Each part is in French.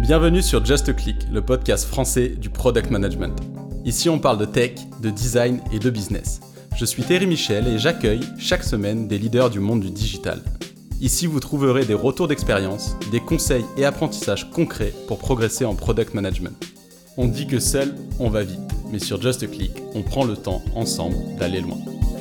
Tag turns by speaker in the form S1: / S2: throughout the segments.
S1: Bienvenue sur Just a Click, le podcast français du product management. Ici, on parle de tech, de design et de business. Je suis Thierry Michel et j'accueille chaque semaine des leaders du monde du digital. Ici, vous trouverez des retours d'expérience, des conseils et apprentissages concrets pour progresser en product management. On dit que seul, on va vite, mais sur Just a Click, on prend le temps ensemble d'aller loin.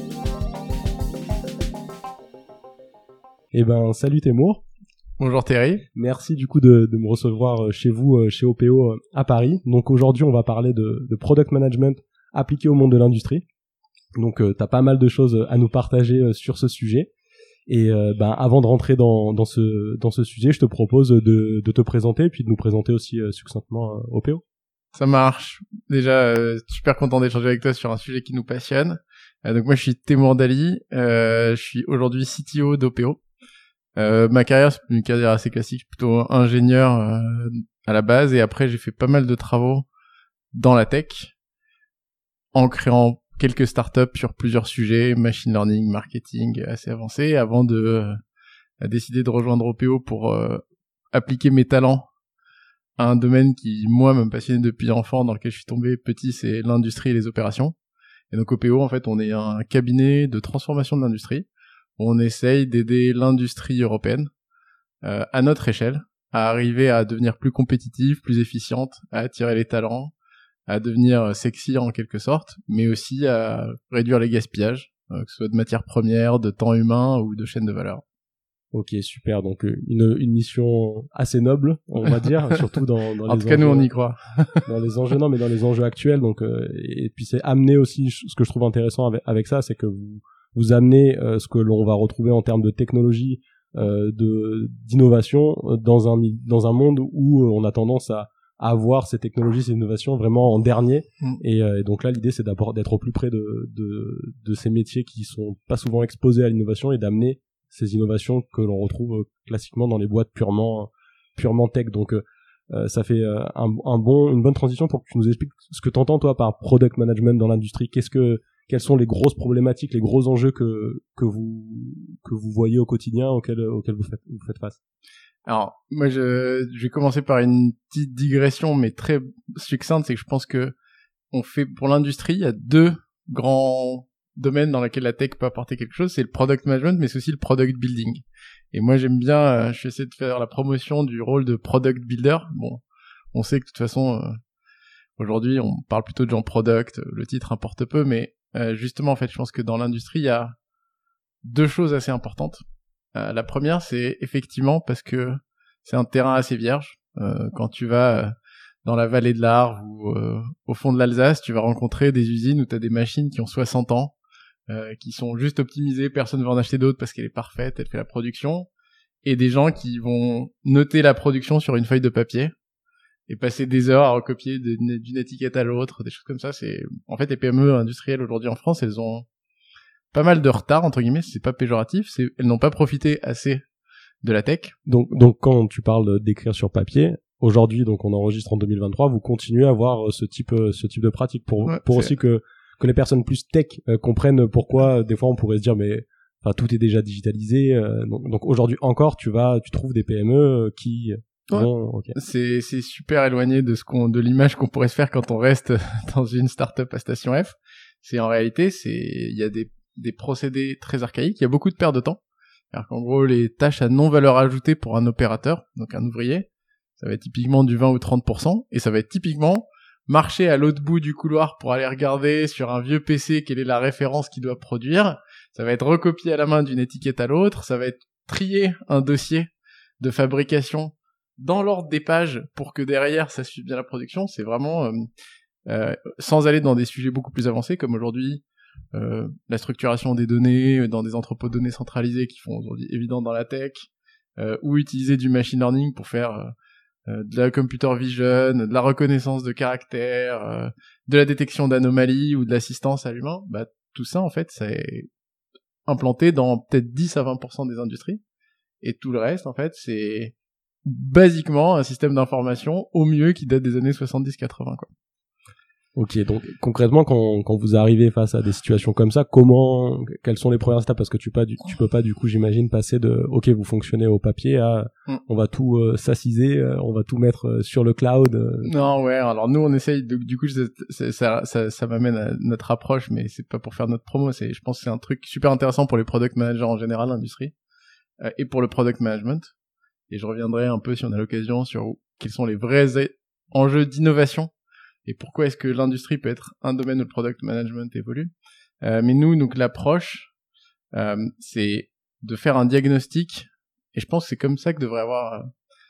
S2: Salut Témour.
S3: Bonjour Thierry.
S2: Merci du coup de me recevoir chez vous, chez OPO à Paris. Donc aujourd'hui, on va parler de product management appliqué au monde de l'industrie. Donc t'as pas mal de choses à nous partager sur ce sujet. Et avant de rentrer dans ce sujet, je te propose de te présenter et puis de nous présenter aussi succinctement OPO.
S3: Ça marche. Déjà, super content d'échanger avec toi sur un sujet qui nous passionne. Donc moi, je suis Témour Dali. Je suis aujourd'hui CTO d'OPO. Ma carrière, c'est une carrière assez classique, plutôt ingénieur à la base, et après j'ai fait pas mal de travaux dans la tech, en créant quelques startups sur plusieurs sujets, machine learning, marketing, assez avancés, avant de décider de rejoindre OPO pour appliquer mes talents à un domaine qui, moi, me passionnait depuis enfant, dans lequel je suis tombé petit, c'est l'industrie et les opérations. Et donc OPO, en fait, on est un cabinet de transformation de l'industrie. On essaye d'aider l'industrie européenne à notre échelle à arriver à devenir plus compétitive, plus efficiente, à attirer les talents, à devenir sexy en quelque sorte, mais aussi à réduire les gaspillages, que ce soit de matières premières, de temps humain ou de chaînes de valeur.
S2: Ok, super. Donc une mission assez noble, on va dire, surtout dans les enjeux.
S3: En tout cas, nous on y croit.
S2: Dans les enjeux, non, mais dans les enjeux actuels. Donc et puis c'est amener aussi ce que je trouve intéressant avec ça, c'est que vous amenez ce que l'on va retrouver en termes de technologie, d'innovation dans un monde où on a tendance à avoir ces technologies, ces innovations vraiment en dernier. Et donc là, l'idée c'est d'abord d'être au plus près de ces métiers qui sont pas souvent exposés à l'innovation et d'amener ces innovations que l'on retrouve classiquement dans les boîtes purement tech. Donc ça fait une bonne transition pour que tu nous expliques ce que t'entends toi par product management dans l'industrie. Quelles sont les grosses problématiques, les gros enjeux que vous voyez au quotidien auxquels vous faites face?
S3: Alors, moi, je vais commencer par une petite digression, mais très succincte, c'est que je pense que pour l'industrie, il y a deux grands domaines dans lesquels la tech peut apporter quelque chose, c'est le product management, mais c'est aussi le product building. Et moi, j'aime bien, je vais essayer de faire la promotion du rôle de product builder. Bon, on sait que de toute façon, aujourd'hui, on parle plutôt de gens product, le titre importe peu, mais justement, en fait, je pense que dans l'industrie, il y a deux choses assez importantes. La première, c'est effectivement parce que c'est un terrain assez vierge. Quand tu vas dans la vallée de l'Arve ou au fond de l'Alsace, tu vas rencontrer des usines où tu as des machines qui ont 60 ans, qui sont juste optimisées, personne ne veut en acheter d'autres parce qu'elle est parfaite, elle fait la production, et des gens qui vont noter la production sur une feuille de papier et passer des heures à recopier d'une étiquette à l'autre, des choses comme ça. En fait, les PME industrielles aujourd'hui en France, elles ont pas mal de retard, entre guillemets, c'est pas péjoratif, elles n'ont pas profité assez de la tech.
S2: Donc quand tu parles d'écrire sur papier, aujourd'hui, donc on enregistre en 2023, vous continuez à avoir ce type de pratique pour aussi que les personnes plus tech comprennent pourquoi des fois on pourrait se dire mais enfin tout est déjà digitalisé. Donc aujourd'hui encore, tu trouves des PME qui okay.
S3: C'est super éloigné de l'image qu'on pourrait se faire quand on reste dans une startup à station F. En réalité, il y a des procédés très archaïques, il y a beaucoup de perte de temps. Alors qu'en gros, les tâches à non-valeur ajoutée pour un opérateur, donc un ouvrier, ça va être typiquement du 20 ou 30%, et ça va être typiquement marcher à l'autre bout du couloir pour aller regarder sur un vieux PC quelle est la référence qu'il doit produire, ça va être recopié à la main d'une étiquette à l'autre, ça va être trier un dossier de fabrication dans l'ordre des pages pour que derrière ça suive bien la production. C'est vraiment, sans aller dans des sujets beaucoup plus avancés, comme aujourd'hui, la structuration des données dans des entrepôts de données centralisés qui font aujourd'hui évident dans la tech, ou utiliser du machine learning pour faire de la computer vision, de la reconnaissance de caractères, de la détection d'anomalies ou de l'assistance à l'humain. Tout ça en fait c'est implanté dans peut-être 10 à 20% des industries, et tout le reste en fait c'est basiquement un système d'information au mieux qui date des années 70-80 quoi.
S2: Ok, donc concrètement, quand vous arrivez face à des situations comme ça, quelles sont les premières étapes? Parce que tu peux pas du coup, j'imagine, passer de ok, vous fonctionnez au papier à on va tout SaaSiser, on va tout mettre sur le cloud.
S3: Non, ouais. Alors nous, on essaye. Du coup, ça m'amène à notre approche, mais c'est pas pour faire notre promo. Je pense que c'est un truc super intéressant pour les product managers en général, l'industrie, et pour le product management. Et je reviendrai un peu si on a l'occasion sur quels sont les vrais enjeux d'innovation. Et pourquoi est-ce que l'industrie peut être un domaine où le product management évolue. Mais nous, donc l'approche, c'est de faire un diagnostic, et je pense que c'est comme ça que devrait avoir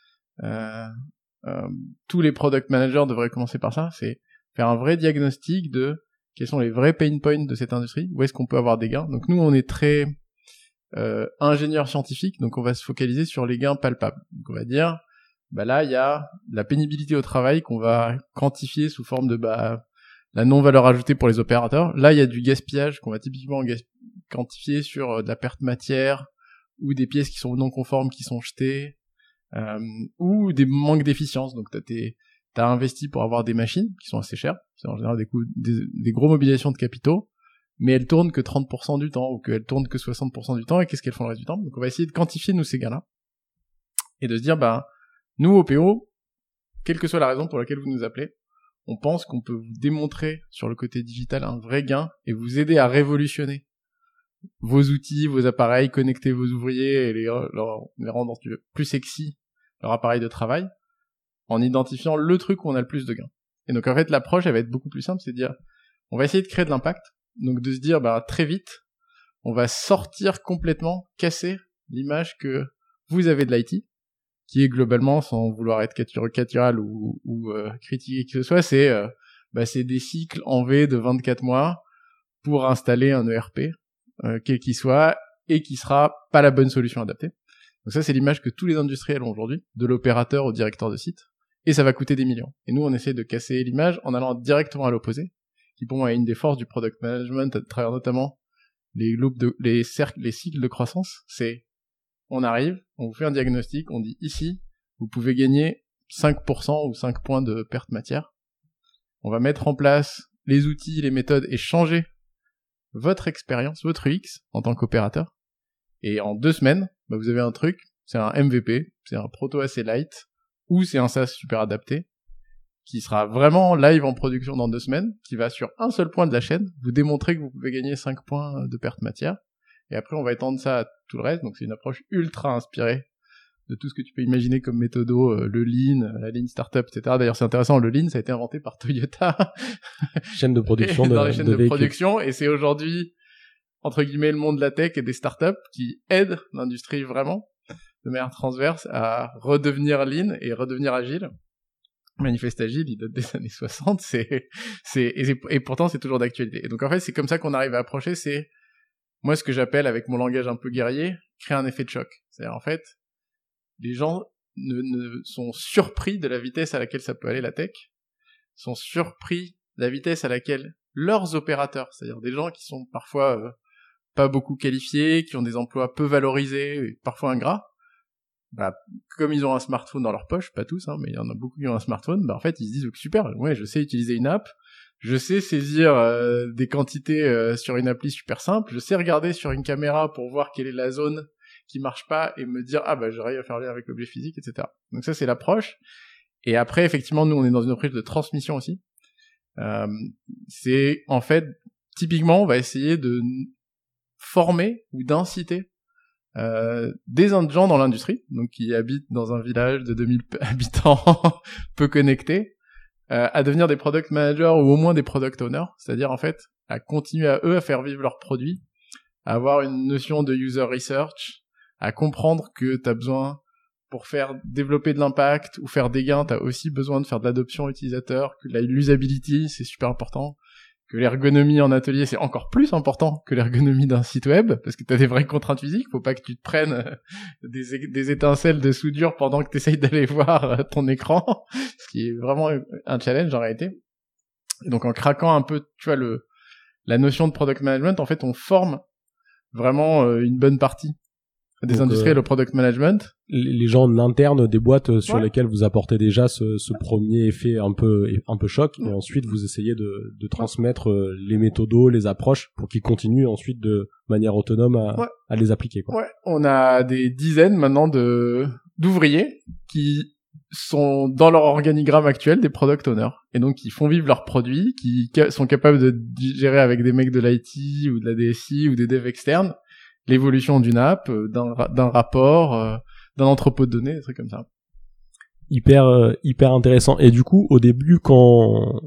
S3: tous les product managers devraient commencer par ça, c'est faire un vrai diagnostic de quels sont les vrais pain points de cette industrie, où est-ce qu'on peut avoir des gains. Donc nous, on est très ingénieur scientifique, donc on va se focaliser sur les gains palpables. Donc on va dire là, il y a la pénibilité au travail qu'on va quantifier sous forme de la non-valeur ajoutée pour les opérateurs. Là, il y a du gaspillage qu'on va typiquement quantifier sur de la perte matière ou des pièces qui sont non conformes qui sont jetées ou des manques d'efficience. Donc, t'as investi pour avoir des machines qui sont assez chères. C'est en général des gros mobilisations de capitaux, mais elles tournent que 30% du temps ou qu'elles tournent que 60% du temps. Et qu'est-ce qu'elles font le reste du temps? Donc, on va essayer de quantifier, nous, ces gains-là et de se dire, nous, au PO, quelle que soit la raison pour laquelle vous nous appelez, on pense qu'on peut vous démontrer sur le côté digital un vrai gain et vous aider à révolutionner vos outils, vos appareils, connecter vos ouvriers et les rendre plus sexy, leur appareil de travail, en identifiant le truc où on a le plus de gains. Et donc en fait, l'approche, elle va être beaucoup plus simple, c'est de dire, on va essayer de créer de l'impact, donc de se dire, très vite, on va sortir complètement, casser l'image que vous avez de l'IT, qui est globalement, sans vouloir être caricatural ou critiquer qui que ce soit, c'est des cycles en V de 24 mois pour installer un ERP, quel qu'il soit, et qui sera pas la bonne solution adaptée. Donc ça, c'est l'image que tous les industriels ont aujourd'hui, de l'opérateur au directeur de site, et ça va coûter des millions. Et nous, on essaie de casser l'image en allant directement à l'opposé, qui pour moi est une des forces du product management, à travers notamment les cycles de croissance, c'est on arrive, on vous fait un diagnostic, on dit ici, vous pouvez gagner 5% ou 5 points de perte matière. On va mettre en place les outils, les méthodes et changer votre expérience, votre UX en tant qu'opérateur. Et en 2 semaines, vous avez un truc, c'est un MVP, c'est un proto assez light, ou c'est un SaaS super adapté, qui sera vraiment live en production dans 2 semaines, qui va sur un seul point de la chaîne, vous démontrer que vous pouvez gagner 5 points de perte matière. Et après, on va étendre ça à tout le reste. Donc, c'est une approche ultra inspirée de tout ce que tu peux imaginer comme méthodo, le Lean, la Lean Startup, etc. D'ailleurs, c'est intéressant, le Lean, ça a été inventé par Toyota.
S2: Chaîne de production
S3: dans les chaînes de production. Et c'est aujourd'hui, entre guillemets, le monde de la tech et des startups qui aident l'industrie vraiment, de manière transverse, à redevenir Lean et redevenir agile. Manifeste Agile, il date des années 60, et pourtant, c'est toujours d'actualité. Et donc, en fait, c'est comme ça qu'on arrive à approcher, c'est moi, ce que j'appelle, avec mon langage un peu guerrier, créer un effet de choc. C'est-à-dire, en fait, les gens sont surpris de la vitesse à laquelle ça peut aller, la tech, sont surpris de la vitesse à laquelle leurs opérateurs, c'est-à-dire des gens qui sont parfois pas beaucoup qualifiés, qui ont des emplois peu valorisés, et parfois ingrats, comme ils ont un smartphone dans leur poche, pas tous, mais il y en a beaucoup qui ont un smartphone, en fait, ils se disent « super, ouais, je sais utiliser une app, je sais saisir des quantités sur une appli super simple, je sais regarder sur une caméra pour voir quelle est la zone qui marche pas et me dire j'arrive à faire lien avec l'objet physique, etc. » Donc ça, c'est l'approche. Et après, effectivement, nous, on est dans une approche de transmission aussi. C'est, en fait, typiquement, on va essayer de former ou d'inciter des gens dans l'industrie, donc qui habitent dans un village de 2000 habitants peu connectés, à devenir des product managers ou au moins des product owners, c'est-à-dire en fait à continuer à faire vivre leurs produits, à avoir une notion de user research, à comprendre que t'as besoin, pour faire développer de l'impact ou faire des gains, t'as aussi besoin de faire de l'adoption utilisateur, que l'usability c'est super important, que l'ergonomie en atelier c'est encore plus important que l'ergonomie d'un site web, parce que t'as des vraies contraintes physiques, faut pas que tu te prennes des étincelles de soudure pendant que t'essayes d'aller voir ton écran, ce qui est vraiment un challenge en réalité. Et donc en craquant un peu, tu vois, la notion de product management, en fait on forme vraiment une bonne partie Des industriels au product management.
S2: Les gens en interne des boîtes sur lesquelles vous apportez déjà ce premier effet un peu choc, et ensuite vous essayez de transmettre les méthodos, les approches pour qu'ils continuent ensuite de manière autonome à les appliquer, quoi.
S3: Ouais, on a des dizaines maintenant d'ouvriers qui sont dans leur organigramme actuel des product owners, et donc qui font vivre leurs produits, qui sont capables de gérer avec des mecs de l'IT ou de la DSI ou des devs externes l'évolution d'une app, d'un rapport, d'un entrepôt de données, des trucs comme ça.
S2: Hyper intéressant. Et du coup, au début, quand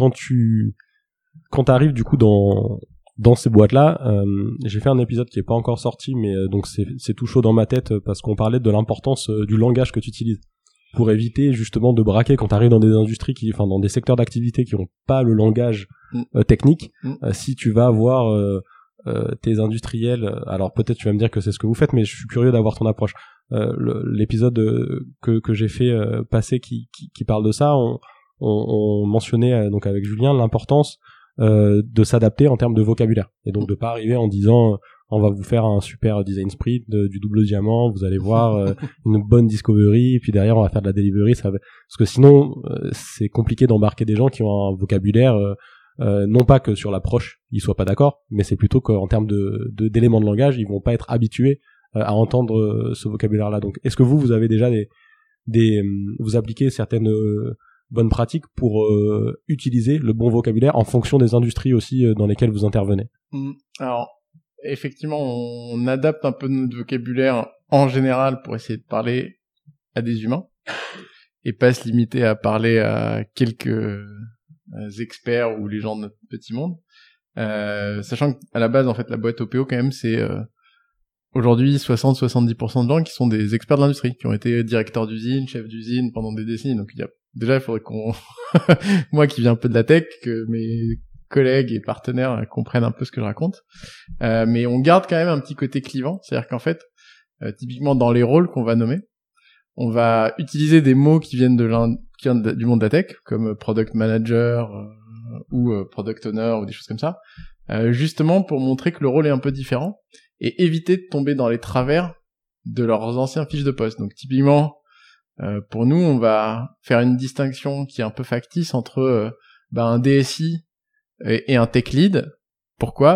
S2: t'arrives du coup dans ces boîtes-là, j'ai fait un épisode qui est pas encore sorti, mais donc c'est tout chaud dans ma tête parce qu'on parlait de l'importance du langage que tu utilises pour éviter justement de braquer quand t'arrives dans des industries dans des secteurs d'activité qui ont pas le langage technique. Si tu vas avoir tes industriels, alors peut-être tu vas me dire que c'est ce que vous faites, mais je suis curieux d'avoir ton approche. L'épisode que j'ai fait passer qui parle de ça, on mentionnait donc avec Julien l'importance de s'adapter en termes de vocabulaire, et donc de pas arriver en disant on va vous faire un super design sprint du double diamant, vous allez voir une bonne discovery, et puis derrière on va faire de la delivery, parce que sinon c'est compliqué d'embarquer des gens qui ont un vocabulaire non pas que sur l'approche ils soient pas d'accord, mais c'est plutôt qu'en termes d'éléments de langage ils vont pas être habitués à entendre ce vocabulaire-là. Donc est-ce que vous avez déjà vous appliquez certaines bonnes pratiques pour utiliser le bon vocabulaire en fonction des industries aussi dans lesquelles vous intervenez?
S3: Alors effectivement, on adapte un peu notre vocabulaire en général pour essayer de parler à des humains et pas se limiter à parler à quelques experts ou les gens de notre petit monde. Sachant qu'à la base, en fait, la boîte OPO, quand même, c'est aujourd'hui 60-70% de gens qui sont des experts de l'industrie, qui ont été directeurs d'usine, chefs d'usine pendant des décennies. Donc déjà, il faudrait qu'on moi qui viens un peu de la tech, que mes collègues et partenaires comprennent un peu ce que je raconte. Mais on garde quand même un petit côté clivant, c'est-à-dire qu'en fait, typiquement dans les rôles qu'on va nommer, on va utiliser des mots qui viennent du monde de la tech, comme product manager ou product owner ou des choses comme ça, justement pour montrer que le rôle est un peu différent et éviter de tomber dans les travers de leurs anciens fiches de poste. Donc typiquement, pour nous, on va faire une distinction qui est un peu factice entre un DSI et un tech lead. Pourquoi ?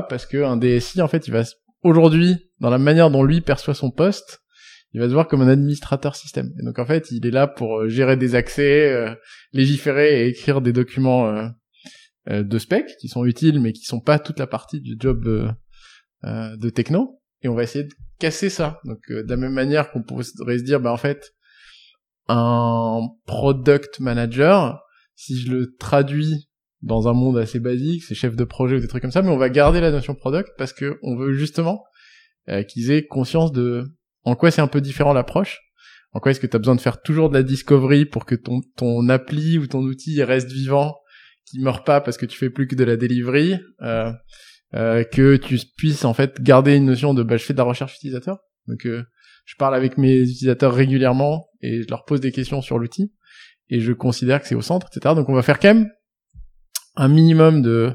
S3: Parce que un DSI, en fait, il va aujourd'hui, dans la manière dont lui perçoit son poste, il va se voir comme un administrateur système. Et donc en fait, il est là pour gérer des accès, légiférer et écrire des documents de spec qui sont utiles, mais qui sont pas toute la partie du job de techno. Et on va essayer de casser ça. Donc de la même manière qu'on pourrait se dire, en fait, un product manager, si je le traduis dans un monde assez basique, c'est chef de projet ou des trucs comme ça, mais on va garder la notion product parce que on veut justement qu'ils aient conscience de en quoi c'est un peu différent l'approche, en quoi est-ce que tu as besoin de faire toujours de la discovery pour que ton appli ou ton outil reste vivant, qu'il meurt pas parce que tu fais plus que de la delivery, que tu puisses en fait garder une notion de je fais de la recherche utilisateur. Donc je parle avec mes utilisateurs régulièrement et je leur pose des questions sur l'outil et je considère que c'est au centre, etc. Donc on va faire quand même un minimum de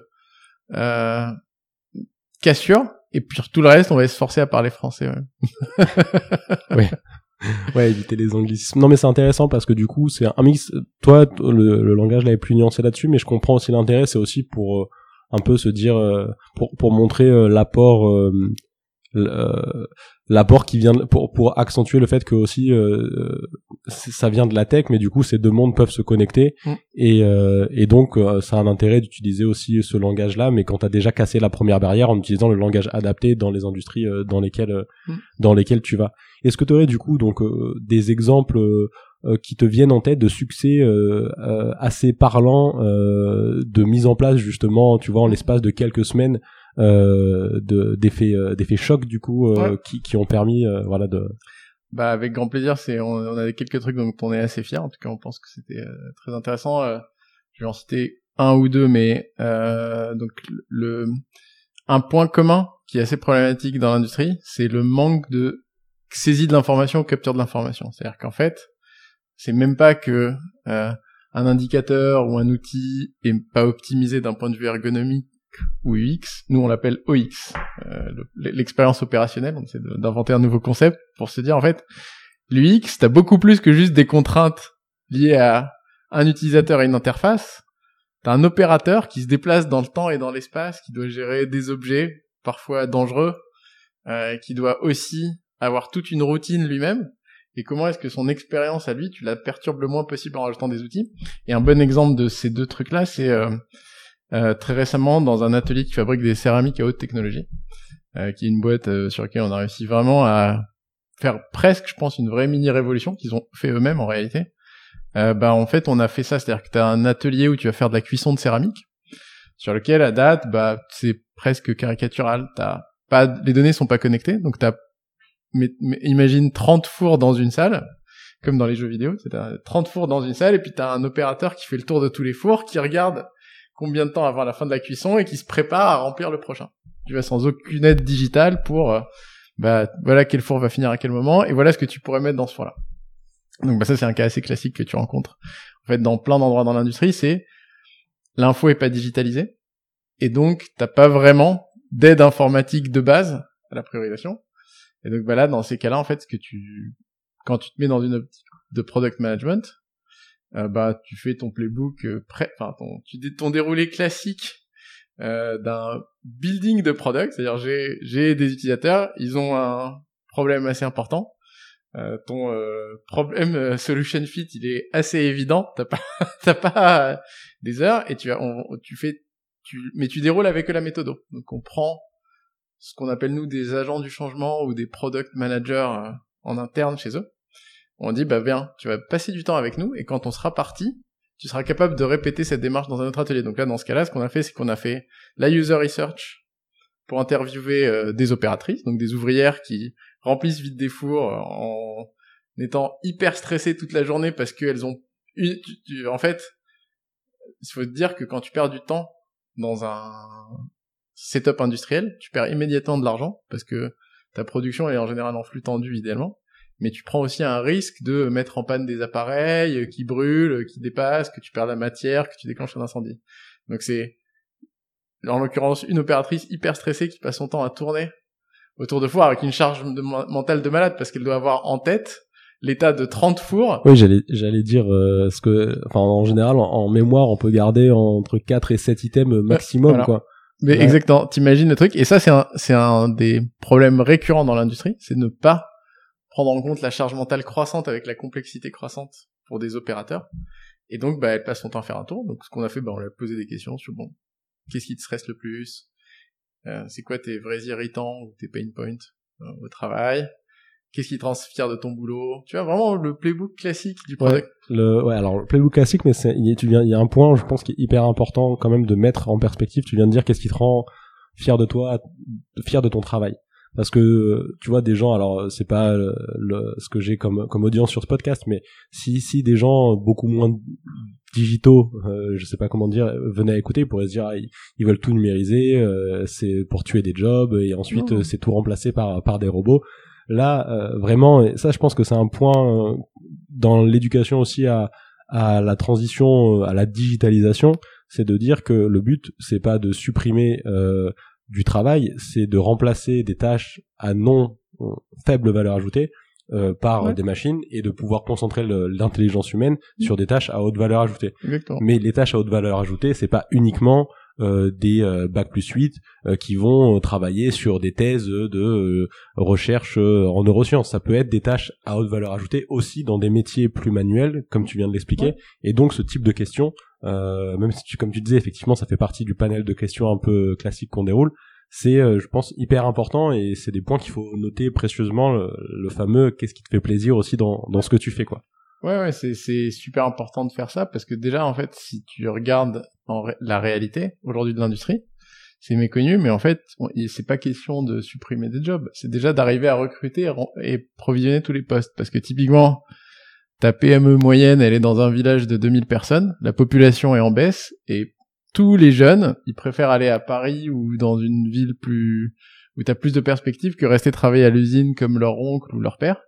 S3: cassure, et puis sur tout le reste, on va se forcer à parler français. Ouais.
S2: Ouais, éviter les anglicismes. Non, mais c'est intéressant parce que du coup, c'est un mix. Toi, le langage là est plus nuancé là-dessus, mais je comprends aussi l'intérêt. C'est aussi pour un peu se dire, pour montrer l'apport qui vient pour accentuer le fait que aussi ça vient de la tech, mais du coup ces deux mondes peuvent se connecter et donc ça a un intérêt d'utiliser aussi ce langage là, mais quand t'as déjà cassé la première barrière en utilisant le langage adapté dans les industries dans lesquelles tu vas. Est-ce que tu aurais du coup donc des exemples qui te viennent en tête de succès assez parlants de mise en place justement, tu vois, en l'espace de quelques semaines, d'effets chocs du coup qui ont permis voilà de
S3: avec grand plaisir. On a quelques trucs dont on est assez fiers, en tout cas on pense que c'était très intéressant. Je vais en citer un ou deux, mais donc un point commun qui est assez problématique dans l'industrie, c'est le manque de saisie de l'information ou capture de l'information. C'est-à-dire qu'en fait, c'est même pas que un indicateur ou un outil est pas optimisé d'un point de vue ergonomique ou UX. Nous, on l'appelle OX, l'expérience opérationnelle. On essaie d'inventer un nouveau concept pour se dire, en fait, l'UX, t'as beaucoup plus que juste des contraintes liées à un utilisateur et une interface. T'as un opérateur qui se déplace dans le temps et dans l'espace, qui doit gérer des objets, parfois dangereux, qui doit aussi avoir toute une routine lui-même. Et comment est-ce que son expérience à lui, tu la perturbes le moins possible en rajoutant des outils. Et un bon exemple de ces deux trucs-là, c'est très récemment dans un atelier qui fabrique des céramiques à haute technologie, qui est une boîte sur laquelle on a réussi vraiment à faire presque, je pense, une vraie mini-révolution qu'ils ont fait eux-mêmes en réalité. En fait, on a fait ça, c'est-à-dire que tu as un atelier où tu vas faire de la cuisson de céramique, sur lequel à date, c'est presque caricatural. Les données sont pas connectées, donc mais imagine 30 fours dans une salle, comme dans les jeux vidéo, c'est-à-dire 30 fours dans une salle, et puis t'as un opérateur qui fait le tour de tous les fours, qui regarde combien de temps avant la fin de la cuisson, et qui se prépare à remplir le prochain. Tu vas sans aucune aide digitale pour, voilà quel four va finir à quel moment, et voilà ce que tu pourrais mettre dans ce four-là. Donc ça c'est un cas assez classique que tu rencontres. En fait, dans plein d'endroits dans l'industrie, c'est l'info est pas digitalisée, et donc t'as pas vraiment d'aide informatique de base à la priorisation. Et donc là, dans ces cas-là, en fait, quand tu te mets dans une optique de product management, tu fais ton playbook ton déroulé classique d'un building de product, c'est-à-dire j'ai des utilisateurs, ils ont un problème assez important. Ton problème solution fit, il est assez évident, t'as pas des heures, et mais tu déroules avec eux la méthodo. Donc on prend ce qu'on appelle nous des agents du changement ou des product managers en interne chez eux. On dit viens, tu vas passer du temps avec nous, et quand on sera parti, tu seras capable de répéter cette démarche dans un autre atelier. Donc là, dans ce cas-là, ce qu'on a fait, c'est qu'on a fait la user research pour interviewer des opératrices, donc des ouvrières qui remplissent vite des fours en étant hyper stressées toute la journée parce qu'elles ont en fait, il faut te dire que quand tu perds du temps dans un setup industriel, tu perds immédiatement de l'argent parce que ta production est en général en flux tendu idéalement, mais tu prends aussi un risque de mettre en panne des appareils qui brûlent, qui dépassent, que tu perds la matière, que tu déclenches un incendie. Donc c'est en l'occurrence une opératrice hyper stressée qui passe son temps à tourner autour de fours avec une charge mentale de malade parce qu'elle doit avoir en tête l'état de 30 fours.
S2: Oui, j'allais dire en général en mémoire on peut garder entre 4 et 7 items maximum
S3: voilà.
S2: quoi.
S3: Mais ouais. Exactement, t'imagines le truc, et ça c'est un des problèmes récurrents dans l'industrie, c'est de ne pas prendre en compte la charge mentale croissante avec la complexité croissante pour des opérateurs. Et donc elle passe son temps à faire un tour. Donc ce qu'on a fait, on lui a posé des questions sur qu'est-ce qui te stresse le plus, c'est quoi tes vrais irritants ou tes pain points au travail, qu'est-ce qui te rend fier de ton boulot, tu vois, vraiment le playbook classique du product.
S2: Alors le playbook classique, mais il y a un point je pense qui est hyper important quand même de mettre en perspective. Tu viens de dire qu'est-ce qui te rend fier de toi, fier de ton travail. Parce que tu vois des gens, alors c'est pas ce que j'ai comme audience sur ce podcast, mais si des gens beaucoup moins digitaux, je sais pas comment dire, venaient à écouter, ils pourraient se dire ils veulent tout numériser, c'est pour tuer des jobs et ensuite c'est tout remplacé par des robots. Là vraiment, et ça je pense que c'est un point dans l'éducation aussi à la transition à la digitalisation, c'est de dire que le but c'est pas de supprimer du travail, c'est de remplacer des tâches à non faible valeur ajoutée par des machines et de pouvoir concentrer l'intelligence humaine sur des tâches à haute valeur ajoutée.
S3: Exactement.
S2: Mais les tâches à haute valeur ajoutée, c'est pas uniquement des Bac+8 qui vont travailler sur des thèses de recherche en neurosciences. Ça peut être des tâches à haute valeur ajoutée aussi dans des métiers plus manuels, comme tu viens de l'expliquer. Ouais. Et donc ce type de questions, même si comme tu disais, effectivement, ça fait partie du panel de questions un peu classiques qu'on déroule, c'est, je pense, hyper important, et c'est des points qu'il faut noter précieusement, le fameux qu'est-ce qui te fait plaisir aussi dans ce que tu fais, quoi.
S3: Ouais, c'est super important de faire ça, parce que déjà, en fait, si tu regardes la réalité aujourd'hui de l'industrie, c'est méconnu, mais en fait, c'est pas question de supprimer des jobs, c'est déjà d'arriver à recruter et provisionner tous les postes, parce que typiquement, ta PME moyenne, elle est dans un village de 2000 personnes, la population est en baisse, et tous les jeunes, ils préfèrent aller à Paris ou dans une ville où t'as plus de perspectives que rester travailler à l'usine comme leur oncle ou leur père.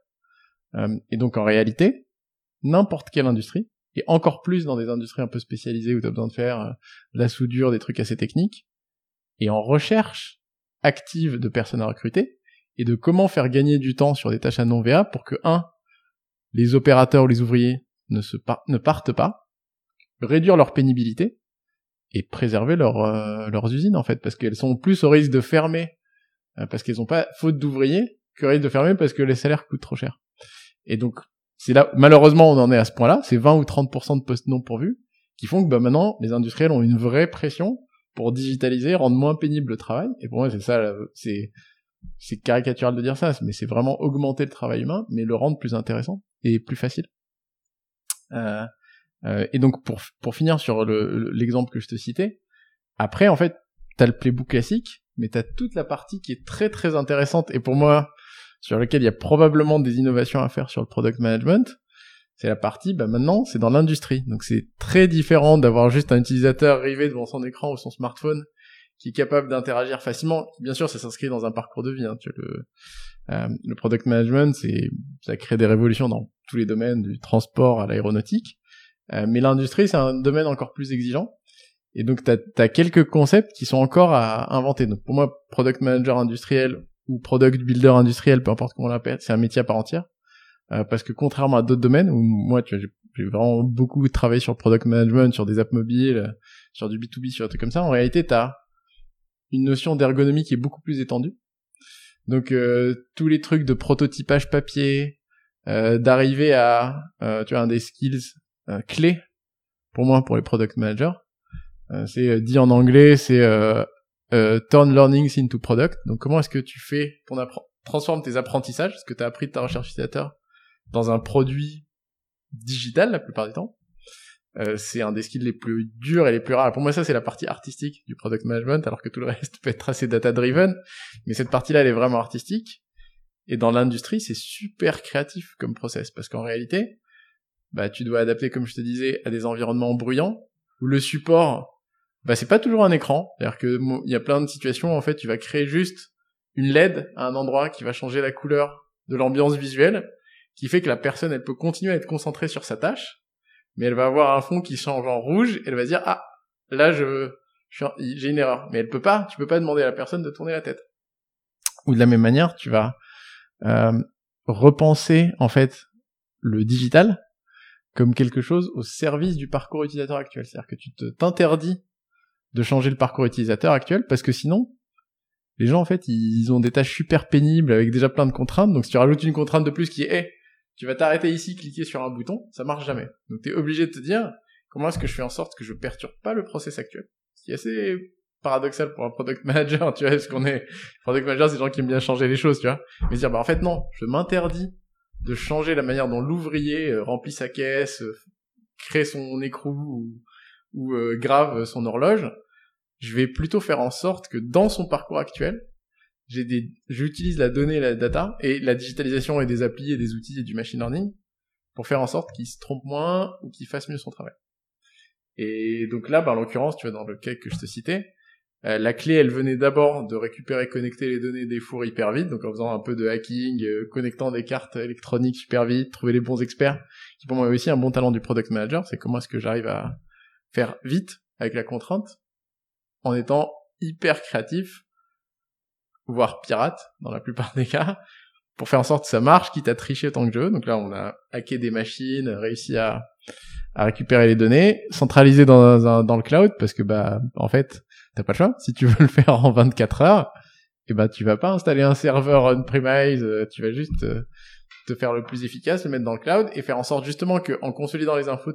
S3: Et donc, en réalité, n'importe quelle industrie, et encore plus dans des industries un peu spécialisées où t'as besoin de faire de la soudure, des trucs assez techniques, et en recherche active de personnes à recruter et de comment faire gagner du temps sur des tâches à non-VA pour que, les opérateurs ou les ouvriers ne partent pas, réduire leur pénibilité et préserver leurs usines, en fait, parce qu'elles sont plus au risque de fermer, parce qu'elles n'ont pas faute d'ouvriers, que risque de fermer parce que les salaires coûtent trop cher. Et donc, c'est là, malheureusement, on en est à ce point-là, c'est 20 ou 30% de postes non pourvus, qui font que, maintenant, les industriels ont une vraie pression pour digitaliser, rendre moins pénible le travail. Et pour moi, c'est ça, c'est caricatural de dire ça, mais c'est vraiment augmenter le travail humain, mais le rendre plus intéressant et plus facile. Et donc, pour finir sur l'exemple que je te citais, après, en fait, t'as le playbook classique, mais t'as toute la partie qui est très très intéressante, et pour moi, sur laquelle il y a probablement des innovations à faire sur le product management. C'est la partie, maintenant, c'est dans l'industrie. Donc c'est très différent d'avoir juste un utilisateur arrivé devant son écran ou son smartphone qui est capable d'interagir facilement. Bien sûr, ça s'inscrit dans un parcours de vie. Tu vois, le product management, ça crée des révolutions dans tous les domaines, du transport à l'aéronautique. Mais l'industrie, c'est un domaine encore plus exigeant. Et donc, t'as quelques concepts qui sont encore à inventer. Donc pour moi, product manager industriel ou product builder industriel, peu importe comment on l'appelle, c'est un métier à part entière. Parce que contrairement à d'autres domaines où moi, tu vois, j'ai vraiment beaucoup travaillé sur le product management, sur des apps mobiles, sur du B2B, sur des trucs comme ça, en réalité, t'as une notion d'ergonomie qui est beaucoup plus étendue. Donc, tous les trucs de prototypage papier, d'arriver à, tu vois, un des skills clés, pour moi, pour les product managers, c'est dit en anglais, c'est turn learnings into product. Donc, comment est-ce que tu fais transforme tes apprentissages, ce que tu as appris de ta recherche utilisateur, dans un produit digital la plupart du temps. C'est un des skills les plus durs et les plus rares. Pour moi, ça, c'est la partie artistique du product management, alors que tout le reste peut être assez data-driven. Mais cette partie-là, elle est vraiment artistique. Et dans l'industrie, c'est super créatif comme process, parce qu'en réalité, tu dois adapter, comme je te disais, à des environnements bruyants, où le support, c'est pas toujours un écran. C'est-à-dire que il y a plein de situations, en fait, tu vas créer juste une LED à un endroit qui va changer la couleur de l'ambiance visuelle, qui fait que la personne, elle peut continuer à être concentrée sur sa tâche, mais elle va avoir un fond qui change en rouge, et elle va se dire, là, j'ai une erreur. Mais tu peux pas demander à la personne de tourner la tête. Ou de la même manière, tu vas repenser, en fait, le digital comme quelque chose au service du parcours utilisateur actuel. C'est-à-dire que tu t'interdis de changer le parcours utilisateur actuel, parce que sinon, les gens, en fait, ils ont des tâches super pénibles avec déjà plein de contraintes. Donc, si tu rajoutes une contrainte de plus qui est, tu vas t'arrêter ici, cliquer sur un bouton, ça marche jamais. Donc, t'es obligé de te dire, comment est-ce que je fais en sorte que je perturbe pas le process actuel? Ce qui est assez paradoxal pour un product manager, tu vois, parce qu'on est, product manager, c'est des gens qui aiment bien changer les choses, tu vois. Mais dire, en fait, non, je m'interdis de changer la manière dont l'ouvrier remplit sa caisse, crée son écrou ou grave son horloge. Je vais plutôt faire en sorte que dans son parcours actuel, j'utilise la donnée et la data et la digitalisation et des applis et des outils et du machine learning pour faire en sorte qu'il se trompe moins ou qu'il fasse mieux son travail. Et donc là, en l'occurrence, tu vois, dans le cas que je te citais, la clé, elle venait d'abord de récupérer, connecter les données des fours hyper vite, donc en faisant un peu de hacking, connectant des cartes électroniques super vite, trouver les bons experts, qui pour moi est aussi un bon talent du product manager, c'est comment est-ce que j'arrive à faire vite avec la contrainte, en étant hyper créatif, voire pirate, dans la plupart des cas, pour faire en sorte que ça marche, quitte à tricher autant que je veux. Donc là, on a hacké des machines, réussi à récupérer les données, centraliser dans le cloud, parce que, en fait, t'as pas le choix. Si tu veux le faire en 24 heures, tu vas pas installer un serveur on-premise, tu vas juste te faire le plus efficace, le mettre dans le cloud, et faire en sorte justement que, en consolidant les infos de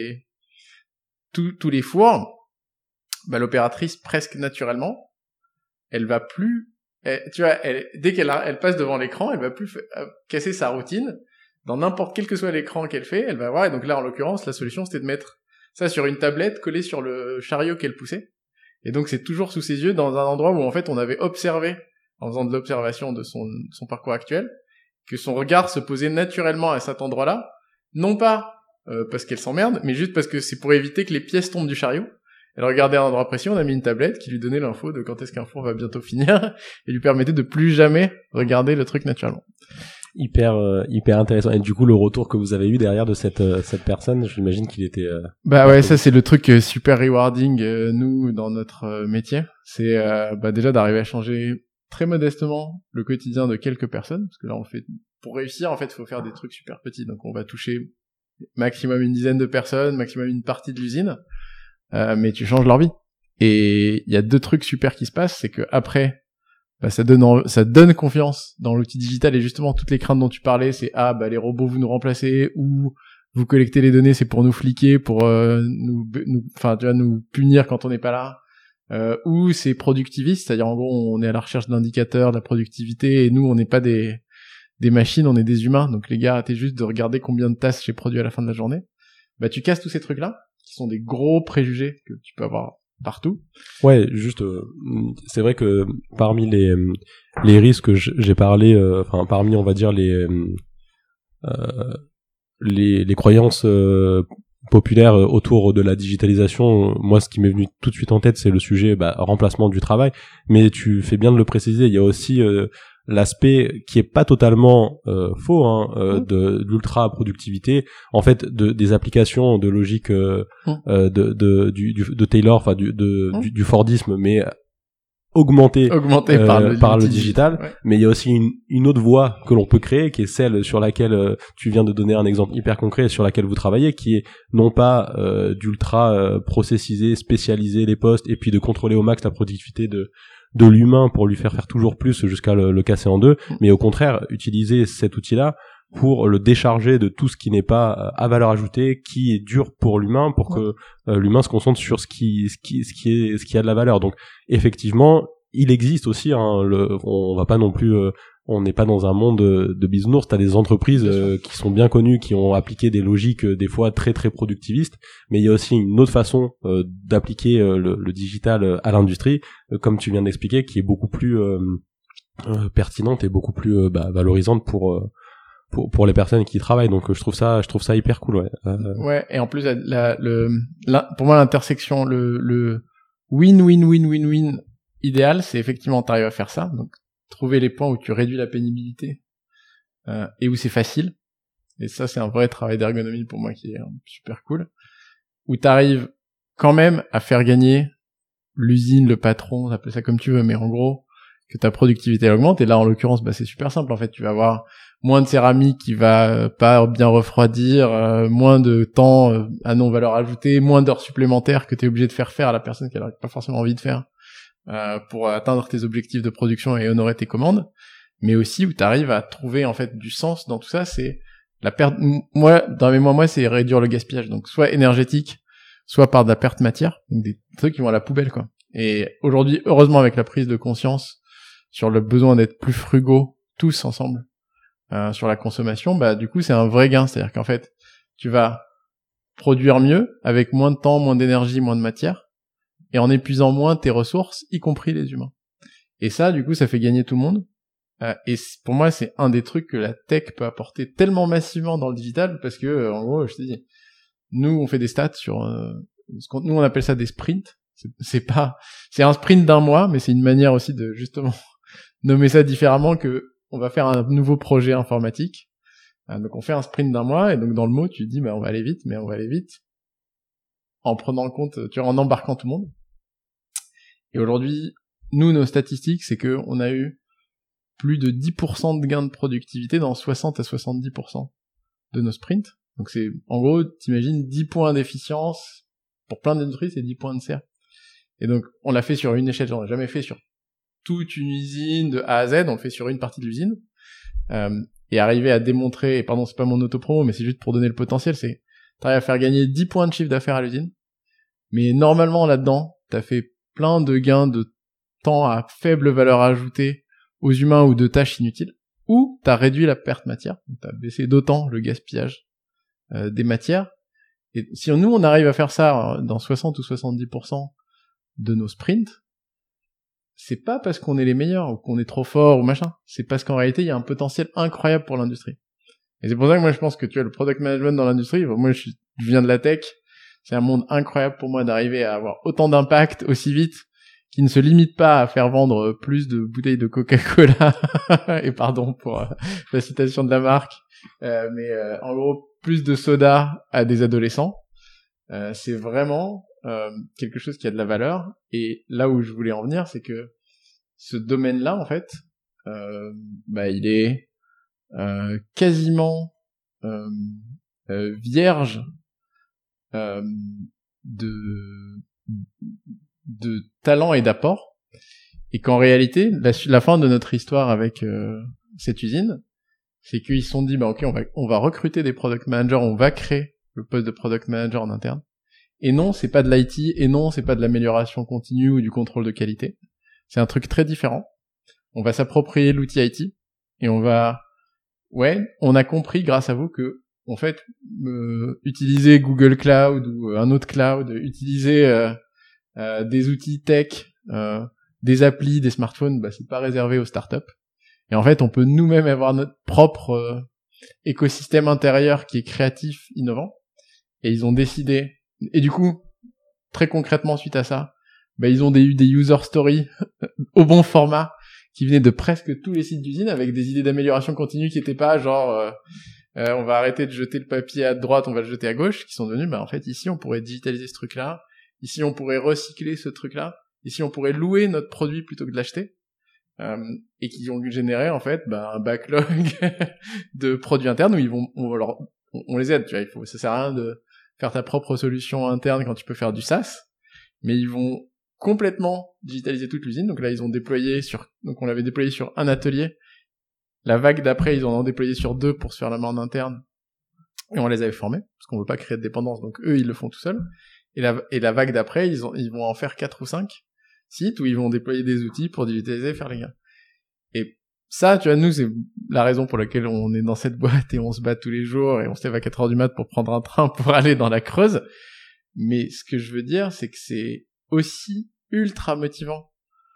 S3: tous les fours, l'opératrice, presque naturellement, elle va plus, dès qu'elle passe devant l'écran, elle va plus casser sa routine. Dans n'importe quel que soit l'écran qu'elle fait, elle va voir. Et donc là, en l'occurrence, la solution, c'était de mettre ça sur une tablette collée sur le chariot qu'elle poussait. Et donc, c'est toujours sous ses yeux, dans un endroit où, en fait, on avait observé, en faisant de l'observation de son parcours actuel, que son regard se posait naturellement à cet endroit-là, non pas parce qu'elle s'emmerde, mais juste parce que c'est pour éviter que les pièces tombent du chariot. Elle regardait à un endroit précis, on a mis une tablette qui lui donnait l'info de quand est-ce qu'un four va bientôt finir, et lui permettait de plus jamais regarder le truc naturellement.
S2: hyper intéressant. Et du coup, le retour que vous avez eu derrière de cette personne, j'imagine qu'il était
S3: bah ouais, ça c'est le truc super rewarding nous dans notre métier, c'est déjà d'arriver à changer très modestement le quotidien de quelques personnes, parce que là on fait, pour réussir en fait, il faut faire des trucs super petits, donc on va toucher maximum une dizaine de personnes, maximum une partie de l'usine, mais tu changes leur vie. Et il y a 2 trucs super qui se passent, c'est que après ça donne confiance dans l'outil digital, et justement toutes les craintes dont tu parlais, c'est les robots vous nous remplacez, ou vous collectez les données, c'est pour nous fliquer, pour nous punir quand on n'est pas là, ou c'est productiviste, c'est-à-dire en gros on est à la recherche d'indicateurs de la productivité, et nous on n'est pas des machines, on est des humains, donc les gars, arrêtez juste de regarder combien de tasks j'ai produit à la fin de la journée. Tu casses tous ces trucs là qui sont des gros préjugés que tu peux avoir partout.
S2: Ouais, juste c'est vrai que parmi les risques que j'ai parlé, parmi on va dire les croyances populaires autour de la digitalisation, moi ce qui m'est venu tout de suite en tête, c'est le sujet remplacement du travail, mais tu fais bien de le préciser, il y a aussi l'aspect qui est pas totalement faux de l'ultra productivité, en fait, des applications de logique de Taylor, du Fordisme, mais augmenté par le digital. Ouais. Mais il y a aussi une autre voie que l'on peut créer, qui est celle sur laquelle tu viens de donner un exemple hyper concret, sur laquelle vous travaillez, qui est non pas d'ultra processiser, spécialiser les postes, et puis de contrôler au max la productivité de l'humain pour lui faire toujours plus jusqu'à le casser en deux, mais au contraire utiliser cet outil-là pour le décharger de tout ce qui n'est pas à valeur ajoutée, qui est dur pour l'humain, pour que l'humain se concentre sur ce qui a de la valeur. Donc effectivement, il existe aussi on va pas non plus on n'est pas dans un monde de bisounours. T'as des entreprises qui sont bien connues, qui ont appliqué des logiques des fois très très productivistes, mais il y a aussi une autre façon d'appliquer le digital à l'industrie, comme tu viens d'expliquer, qui est beaucoup plus pertinente et beaucoup plus valorisante pour les personnes qui y travaillent. Donc je trouve ça hyper cool.
S3: Ouais, et en plus pour moi l'intersection, le win-win-win-win-win idéal, c'est effectivement t'arrives à faire ça, donc trouver les points où tu réduis la pénibilité et où c'est facile, et ça c'est un vrai travail d'ergonomie pour moi qui est super cool, où t'arrives quand même à faire gagner l'usine, le patron, appelle ça comme tu veux, mais en gros que ta productivité augmente. Et là en l'occurrence c'est super simple, en fait tu vas avoir moins de céramique qui va pas bien refroidir, moins de temps à non valeur ajoutée, moins d'heures supplémentaires que t'es obligé de faire à la personne qui n'a pas forcément envie de faire pour atteindre tes objectifs de production et honorer tes commandes, mais aussi où t'arrives à trouver en fait du sens dans tout ça. C'est la perte, moi c'est réduire le gaspillage, donc soit énergétique, soit par de la perte matière, donc des trucs qui vont à la poubelle quoi. Et aujourd'hui, heureusement, avec la prise de conscience sur le besoin d'être plus frugaux tous ensemble sur la consommation, du coup c'est un vrai gain, c'est-à-dire qu'en fait tu vas produire mieux avec moins de temps, moins d'énergie, moins de matière, et en épuisant moins tes ressources, y compris les humains. Et ça, du coup, ça fait gagner tout le monde. Et pour moi, c'est un des trucs que la tech peut apporter tellement massivement dans le digital, parce que, en gros, je te dis, nous, on fait des stats sur, nous, on appelle ça des sprints. C'est un sprint d'un mois, mais c'est une manière aussi de, justement, nommer ça différemment, que on va faire un nouveau projet informatique. Donc, on fait un sprint d'un mois, et donc, dans le mot, tu dis, on va aller vite, mais on va aller vite en prenant en compte, en embarquant tout le monde. Et aujourd'hui, nous, nos statistiques, c'est que on a eu plus de 10% de gains de productivité dans 60 à 70% de nos sprints. Donc c'est, en gros, t'imagines 10 points d'efficience, pour plein d'industries, c'est 10 points de CA. Et donc, on l'a fait sur une échelle, on l'a jamais fait sur toute une usine de A à Z, on le fait sur une partie de l'usine. Et arriver à démontrer, et pardon, c'est pas mon autopromo, mais c'est juste pour donner le potentiel, c'est, t'arrives à faire gagner 10 points de chiffre d'affaires à l'usine. Mais normalement, là-dedans, t'as fait plein de gains de temps à faible valeur ajoutée aux humains ou de tâches inutiles, ou t'as réduit la perte matière, t'as baissé d'autant le gaspillage des matières. Et si nous on arrive à faire ça dans 60 ou 70% de nos sprints, c'est pas parce qu'on est les meilleurs ou qu'on est trop fort ou machin, c'est parce qu'en réalité il y a un potentiel incroyable pour l'industrie. Et c'est pour ça que moi je pense que tu as le product management dans l'industrie, moi je viens de la tech, c'est un monde incroyable pour moi d'arriver à avoir autant d'impact aussi vite qui ne se limite pas à faire vendre plus de bouteilles de Coca-Cola, et pardon pour la citation de la marque, mais en gros, plus de soda à des adolescents. C'est vraiment quelque chose qui a de la valeur. Et là où je voulais en venir, c'est que ce domaine-là, en fait, il est quasiment vierge de talent et d'apport, et qu'en réalité la fin de notre histoire avec cette usine, c'est qu'ils se sont dit ok, on va recruter des product managers, on va créer le poste de product manager en interne, et non, c'est pas de l'IT, et non, c'est pas de l'amélioration continue ou du contrôle de qualité, c'est un truc très différent. On va s'approprier l'outil IT, et on a compris grâce à vous que en fait utiliser Google Cloud ou un autre cloud, utiliser des outils tech, des applis, des smartphones, c'est pas réservé aux startups. Et en fait, on peut nous-mêmes avoir notre propre écosystème intérieur qui est créatif, innovant. Et ils ont décidé, et du coup, très concrètement suite à ça, ils ont eu des user stories au bon format qui venaient de presque tous les sites d'usine avec des idées d'amélioration continue qui étaient pas genre on va arrêter de jeter le papier à droite, on va le jeter à gauche, qui sont devenus en fait ici on pourrait digitaliser ce truc-là. Ici, on pourrait recycler ce truc-là. Ici, on pourrait louer notre produit plutôt que de l'acheter. Et qui ont généré, en fait, un backlog de produits internes où on les aide, tu vois. Ça sert à rien de faire ta propre solution interne quand tu peux faire du SaaS. Mais ils vont complètement digitaliser toute l'usine. Donc là, on l'avait déployé sur un atelier. La vague d'après, ils en ont déployé sur 2 pour se faire la main en interne. Et on les avait formés. Parce qu'on veut pas créer de dépendance. Donc eux, ils le font tout seuls. Et la vague d'après, ils vont en faire 4 ou 5 sites où ils vont déployer des outils pour digitaliser, faire les gains. Et ça, tu vois, nous, c'est la raison pour laquelle on est dans cette boîte et on se bat tous les jours et on se lève à 4h du mat pour prendre un train pour aller dans la Creuse. Mais ce que je veux dire, c'est que c'est aussi ultra motivant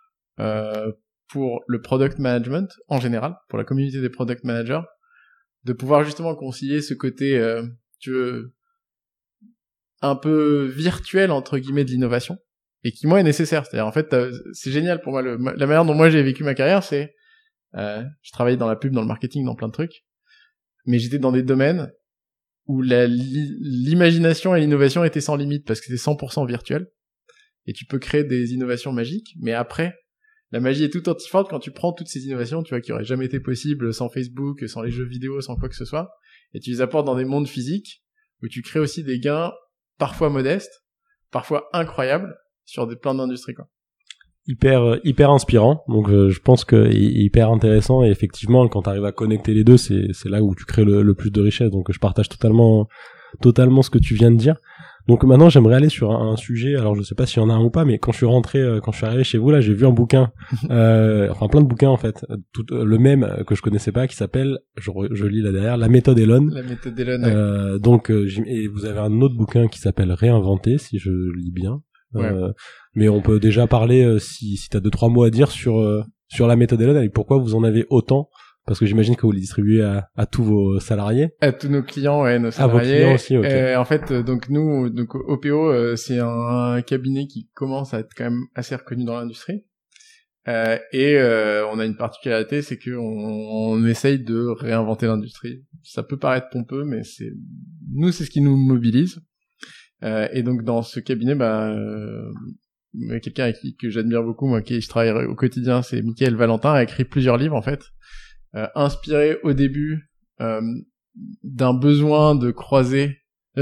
S3: pour le product management en général, pour la communauté des product managers, de pouvoir justement concilier ce côté, un peu virtuel entre guillemets de l'innovation, et qui moi est nécessaire. C'est-à-dire en fait c'est génial pour moi la manière dont moi j'ai vécu ma carrière, c'est je travaillais dans la pub, dans le marketing, dans plein de trucs, mais j'étais dans des domaines où l'imagination et l'innovation étaient sans limite parce que c'était 100% virtuel et tu peux créer des innovations magiques, mais après la magie est tout aussi forte quand tu prends toutes ces innovations, tu vois, qui auraient jamais été possibles sans Facebook, sans les jeux vidéo, sans quoi que ce soit, et tu les apportes dans des mondes physiques où tu crées aussi des gains parfois modestes, parfois incroyables, sur plein d'industries, quoi.
S2: Hyper inspirant. Donc je pense que hyper intéressant, et effectivement quand tu arrives à connecter les deux, c'est là où tu crées le plus de richesse. Donc je partage totalement ce que tu viens de dire. Donc maintenant j'aimerais aller sur un sujet, alors je sais pas s'il y en a un ou pas, mais quand je suis arrivé chez vous là, j'ai vu un bouquin, plein de bouquins en fait, le même que je connaissais pas, qui s'appelle, je lis là derrière, La méthode Elon.
S3: La méthode Elon.
S2: Donc et vous avez un autre bouquin qui s'appelle Réinventer, si je lis bien.
S3: Ouais.
S2: Mais on peut déjà parler, si t'as 2-3 mots à dire sur la méthode Elon et pourquoi vous en avez autant. Parce que j'imagine que vous les distribuez à tous vos salariés.
S3: À tous nos clients et nos salariés.
S2: À vos clients aussi, ok.
S3: En fait, donc nous, OPO, c'est un cabinet qui commence à être quand même assez reconnu dans l'industrie. On a une particularité, c'est qu'on essaye de réinventer l'industrie. Ça peut paraître pompeux, mais c'est ce qui nous mobilise. Et donc dans ce cabinet, quelqu'un que j'admire beaucoup, moi, qui je travaille au quotidien, c'est Mickaël Valentin, a écrit plusieurs livres en fait. Inspiré au début d'un besoin de croiser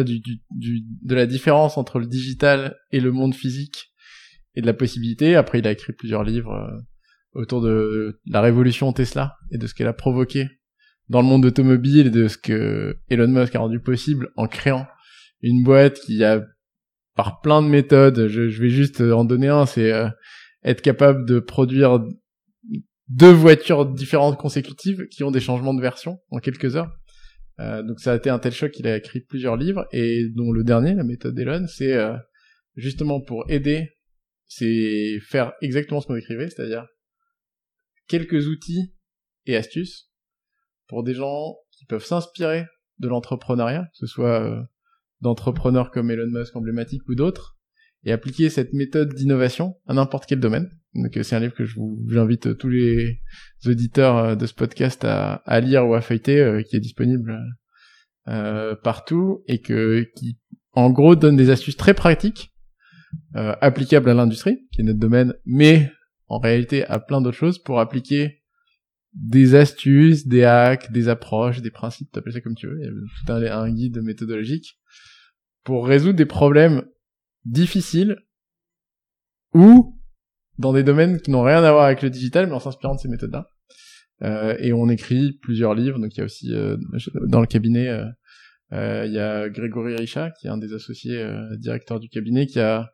S3: de la différence entre le digital et le monde physique et de la possibilité. Après, il a écrit plusieurs livres autour de la révolution Tesla et de ce qu'elle a provoqué dans le monde automobile et de ce que Elon Musk a rendu possible en créant une boîte qui a, par plein de méthodes, je vais juste en donner un, c'est être capable de produire 2 voitures différentes consécutives qui ont des changements de version en quelques heures. Donc ça a été un tel choc qu'il a écrit plusieurs livres, et dont le dernier, La méthode Elon, c'est justement pour aider, c'est faire exactement ce qu'on écrivait, c'est-à-dire quelques outils et astuces pour des gens qui peuvent s'inspirer de l'entrepreneuriat, que ce soit d'entrepreneurs comme Elon Musk emblématique ou d'autres, et appliquer cette méthode d'innovation à n'importe quel domaine. Donc c'est un livre que j'invite tous les auditeurs de ce podcast à lire ou à feuilleter, qui est disponible partout, et qui en gros donne des astuces très pratiques applicables à l'industrie, qui est notre domaine, mais en réalité à plein d'autres choses, pour appliquer des astuces, des hacks, des approches, des principes, t'appelles ça comme tu veux, il y a tout un guide méthodologique pour résoudre des problèmes difficiles ou dans des domaines qui n'ont rien à voir avec le digital, mais en s'inspirant de ces méthodes-là. Et on écrit plusieurs livres, donc il y a aussi dans le cabinet, il y a Grégory Richat, qui est un des associés directeurs du cabinet, qui a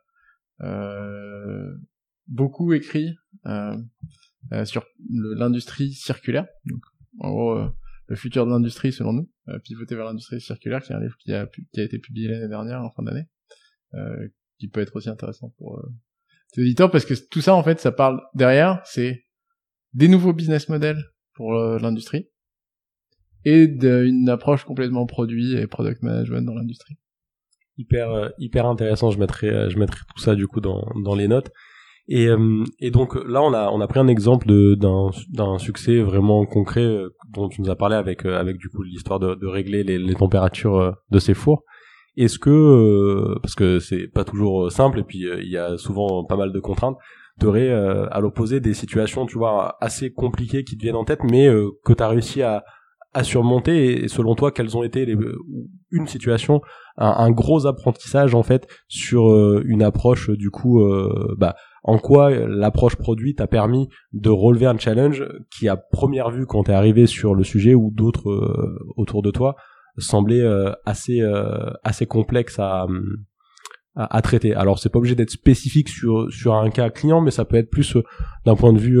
S3: beaucoup écrit sur l'industrie circulaire. Donc, en gros, le futur de l'industrie selon nous, pivoter vers l'industrie circulaire, qui est un livre qui a été publié l'année dernière, en fin d'année, qui peut être aussi intéressant pour tes auditeurs, parce que tout ça, en fait, ça parle derrière, c'est des nouveaux business models pour l'industrie, et d'une approche complètement produit et product management dans l'industrie.
S2: Hyper intéressant. Je mettrai tout ça du coup dans les notes. Et donc là on a pris un exemple d'un succès vraiment concret dont tu nous as parlé avec du coup l'histoire de régler les températures de ces fours. Est-ce que parce que c'est pas toujours simple et puis il y a souvent pas mal de contraintes, t'aurais à l'opposé des situations, tu vois, assez compliquées qui te viennent en tête, mais que t'as réussi à surmonter, et selon toi quelles ont été une situation, un gros apprentissage en fait sur une approche du coup en quoi l'approche produit t'a permis de relever un challenge qui à première vue quand t'es arrivé sur le sujet ou d'autres autour de toi semblait assez complexe à traiter. Alors c'est pas obligé d'être spécifique sur un cas client, mais ça peut être plus d'un point de vue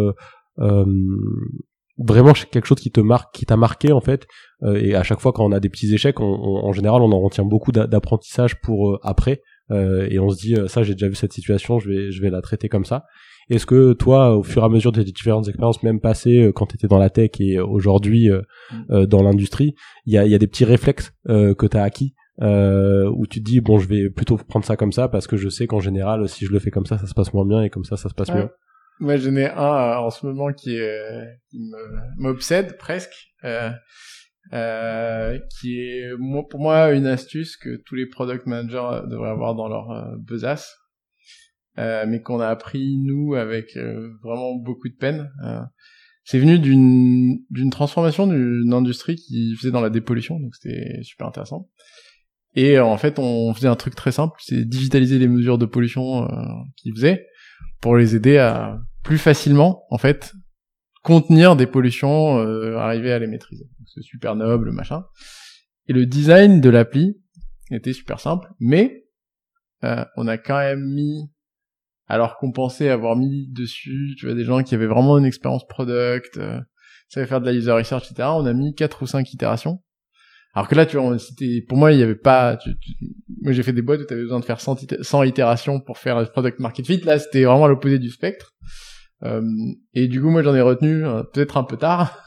S2: vraiment quelque chose qui t'a marqué en fait, et à chaque fois quand on a des petits échecs, en général on en retient beaucoup d'apprentissage pour après, et on se dit ça j'ai déjà vu cette situation, je vais la traiter comme ça. Est-ce que toi, au fur et à mesure de tes différentes expériences, même passées quand t'étais dans la tech et aujourd'hui dans l'industrie, il y a des petits réflexes que t'as acquis, où tu te dis bon je vais plutôt prendre ça comme ça parce que je sais qu'en général si je le fais comme ça se passe moins bien, et comme ça se passe mieux.
S3: Moi, j'en ai un en ce moment qui m'obsède presque, qui est pour moi une astuce que tous les product managers devraient avoir dans leur besace, mais qu'on a appris nous avec vraiment beaucoup de peine. C'est venu d'une transformation d'une industrie qui faisait dans la dépollution, donc c'était super intéressant. Et en fait, on faisait un truc très simple, c'est digitaliser les mesures de pollution qu'ils faisaient, pour les aider à plus facilement, en fait, contenir des pollutions, arriver à les maîtriser. C'est super noble, machin. Et le design de l'appli était super simple, mais on a quand même mis, alors qu'on pensait avoir mis dessus, tu vois, des gens qui avaient vraiment une expérience product, savaient faire de la user research, etc. On a mis 4 ou 5 itérations. Alors que là, tu vois, pour moi, il y avait pas, moi j'ai fait des boîtes où tu avais besoin de faire 100 itérations pour faire le product market fit. Là, c'était vraiment l'opposé du spectre. Et du coup, moi, j'en ai retenu, peut-être un peu tard.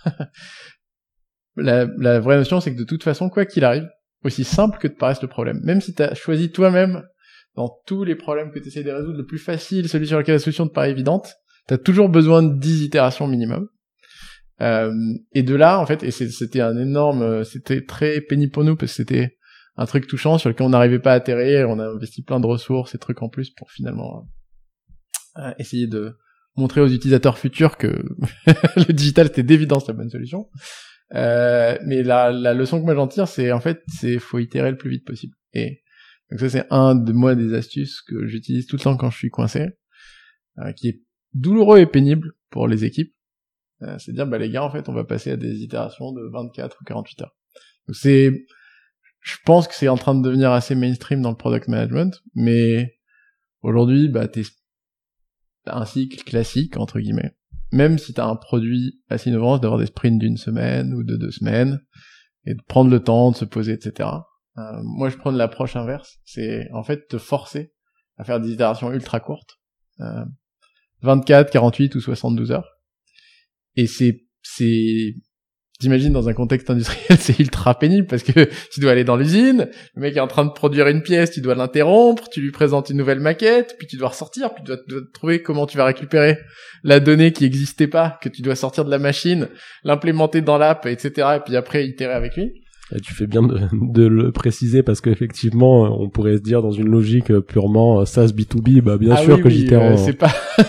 S3: La vraie notion, c'est que de toute façon, quoi qu'il arrive, aussi simple que te paraisse le problème, même si t'as choisi toi-même, dans tous les problèmes que tu essaies de résoudre, le plus facile, celui sur lequel la solution te paraît évidente, t'as toujours besoin de 10 itérations minimum. Et de là, en fait, et c'était très pénible pour nous parce que c'était un truc touchant sur lequel on n'arrivait pas à atterrir, on a investi plein de ressources et trucs en plus pour finalement essayer de montrer aux utilisateurs futurs que le digital c'était d'évidence la bonne solution. Mais la leçon que moi j'en tire, c'est en fait, faut itérer le plus vite possible. Et donc ça, c'est des astuces que j'utilise tout le temps quand je suis coincé, qui est douloureux et pénible pour les équipes. C'est dire, les gars, en fait, on va passer à des itérations de 24 ou 48 heures. Donc je pense que c'est en train de devenir assez mainstream dans le product management, mais aujourd'hui, t'as un cycle classique, entre guillemets. Même si t'as un produit assez innovant, c'est d'avoir des sprints d'1 semaine ou de 2 semaines, et de prendre le temps de se poser, etc. Moi, je prends l'approche inverse. C'est, en fait, te forcer à faire des itérations ultra courtes. 24, 48 ou 72 heures. Et t'imagines dans un contexte industriel, c'est ultra pénible parce que tu dois aller dans l'usine, le mec est en train de produire une pièce, tu dois l'interrompre, tu lui présentes une nouvelle maquette, puis tu dois ressortir, puis tu dois trouver comment tu vas récupérer la donnée qui existait pas, que tu dois sortir de la machine, l'implémenter dans l'app, etc. Et puis après itérer avec lui.
S2: Et tu fais bien de le préciser parce qu'effectivement, on pourrait se dire dans une logique purement SaaS B2B, bah bien sûr que j'itère.
S3: C'est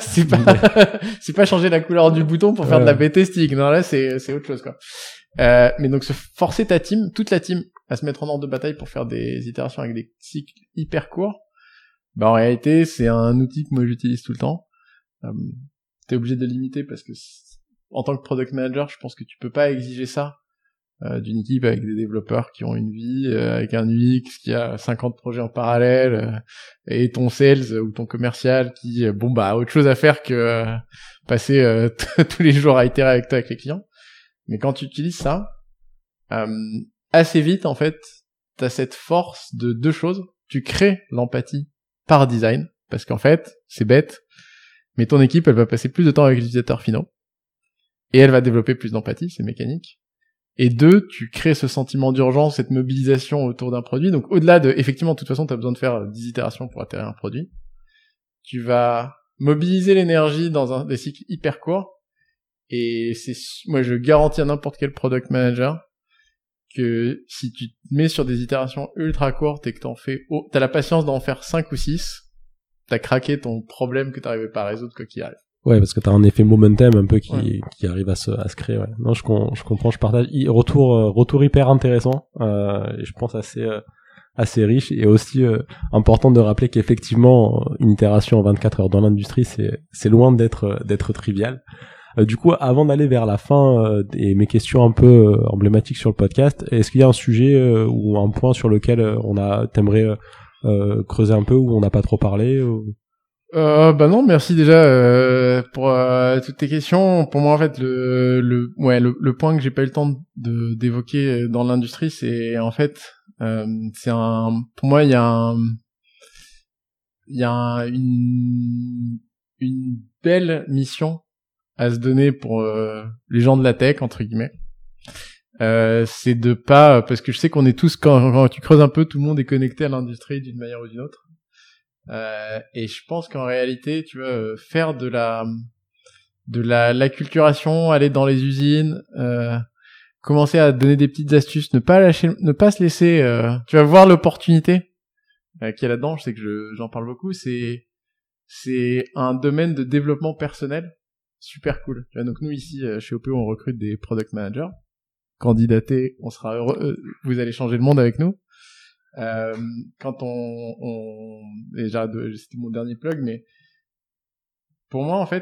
S3: pas changer la couleur du bouton pour faire de la B-testing. Non, là, c'est autre chose, quoi. Mais donc, se forcer ta team, toute la team, à se mettre en ordre de bataille pour faire des itérations avec des cycles hyper courts, bah, en réalité, c'est un outil que moi j'utilise tout le temps. T'es obligé de limiter parce que, en tant que product manager, je pense que tu peux pas exiger ça d'une équipe avec des développeurs qui ont une vie, avec un UX qui a 50 projets en parallèle, et ton sales ou ton commercial qui, a autre chose à faire que passer tous les jours à itérer avec toi avec les clients. Mais quand tu utilises ça, assez vite, en fait, t'as cette force de deux choses. Tu crées l'empathie par design, parce qu'en fait, c'est bête, mais ton équipe, elle va passer plus de temps avec les utilisateurs finaux, et elle va développer plus d'empathie, c'est mécanique. Et deux, tu crées ce sentiment d'urgence, cette mobilisation autour d'un produit. Donc, au-delà de, effectivement, de toute façon, tu as besoin de faire 10 itérations pour atterrir un produit. Tu vas mobiliser l'énergie dans des cycles hyper courts. Et moi, je garantis à n'importe quel product manager que si tu te mets sur des itérations ultra courtes et que t'as la patience d'en faire 5 ou 6, t'as craqué ton problème que t'arrivais pas à résoudre quoi qu'il arrive.
S2: Ouais, parce que t'as un effet momentum un peu qui arrive à se créer, ouais. Non, je comprends, je partage. Retour hyper intéressant, et je pense assez riche, et aussi, important de rappeler qu'effectivement, une itération en 24 heures dans l'industrie, c'est loin d'être trivial. Du coup, avant d'aller vers la fin, et mes questions un peu emblématiques sur le podcast, est-ce qu'il y a un sujet, ou un point sur lequel t'aimerais, creuser un peu, où on n'a pas trop parlé, ou...
S3: Non, merci déjà pour toutes tes questions. Pour moi, en fait, le point que j'ai pas eu le temps d'évoquer dans l'industrie, c'est en fait, pour moi, il y a une belle mission à se donner pour les gens de la tech entre guillemets. C'est de pas, parce que je sais qu'on est tous, quand tu creuses un peu, tout le monde est connecté à l'industrie d'une manière ou d'une autre. Et je pense qu'en réalité, tu vois, faire de l'acculturation, aller dans les usines, commencer à donner des petites astuces, ne pas se laisser, tu vas voir l'opportunité qu'il y a là-dedans. Je sais que j'en parle beaucoup. C'est un domaine de développement personnel super cool. Tu vois, donc nous ici chez OPO, on recrute des product managers. Candidater, on sera heureux. Vous allez changer le monde avec nous. Quand et c'était mon dernier plug, mais pour moi en fait,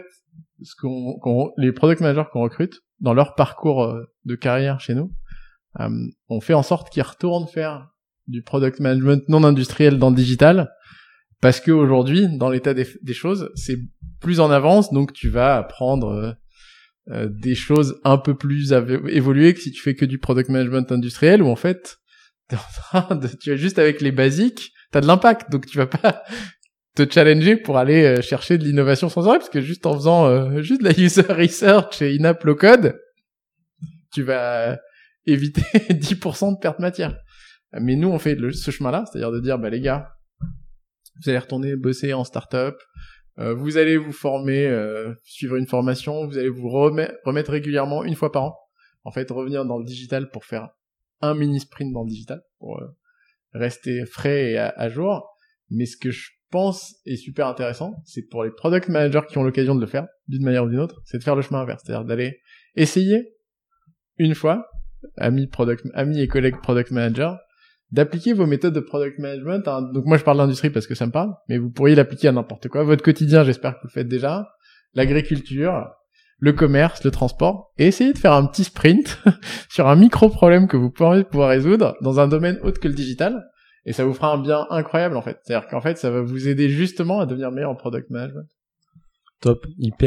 S3: les product managers qu'on recrute dans leur parcours de carrière chez nous, on fait en sorte qu'ils retournent faire du product management non industriel dans le digital, parce que aujourd'hui, dans l'état des choses, c'est plus en avance, donc tu vas apprendre des choses un peu plus évoluées que si tu fais que du product management industriel, où en fait tu vas juste avec les basiques, t'as de l'impact, donc tu vas pas te challenger pour aller chercher de l'innovation sans arrêt, parce que juste en faisant juste de la user research et in-app low code, tu vas éviter 10% de perte matière. Mais nous, on fait ce chemin-là, c'est-à-dire de dire, les gars, vous allez retourner bosser en start-up, vous allez vous former, suivre une formation, vous allez vous remettre régulièrement une fois par an, en fait, revenir dans le digital pour faire un mini sprint dans le digital pour rester frais et à jour. Mais ce que je pense est super intéressant, c'est pour les product managers qui ont l'occasion de le faire d'une manière ou d'une autre, c'est de faire le chemin inverse, c'est-à-dire d'aller essayer une fois, amis et collègues product managers, d'appliquer vos méthodes de product management. Donc moi je parle d'industrie parce que ça me parle, mais vous pourriez l'appliquer à n'importe quoi. Votre quotidien, j'espère que vous le faites déjà, l'agriculture, le commerce, le transport, et essayer de faire un petit sprint sur un micro-problème que vous pourrez pouvoir résoudre dans un domaine autre que le digital, et ça vous fera un bien incroyable en fait. C'est-à-dire qu'en fait, ça va vous aider justement à devenir meilleur en product management.
S2: Top,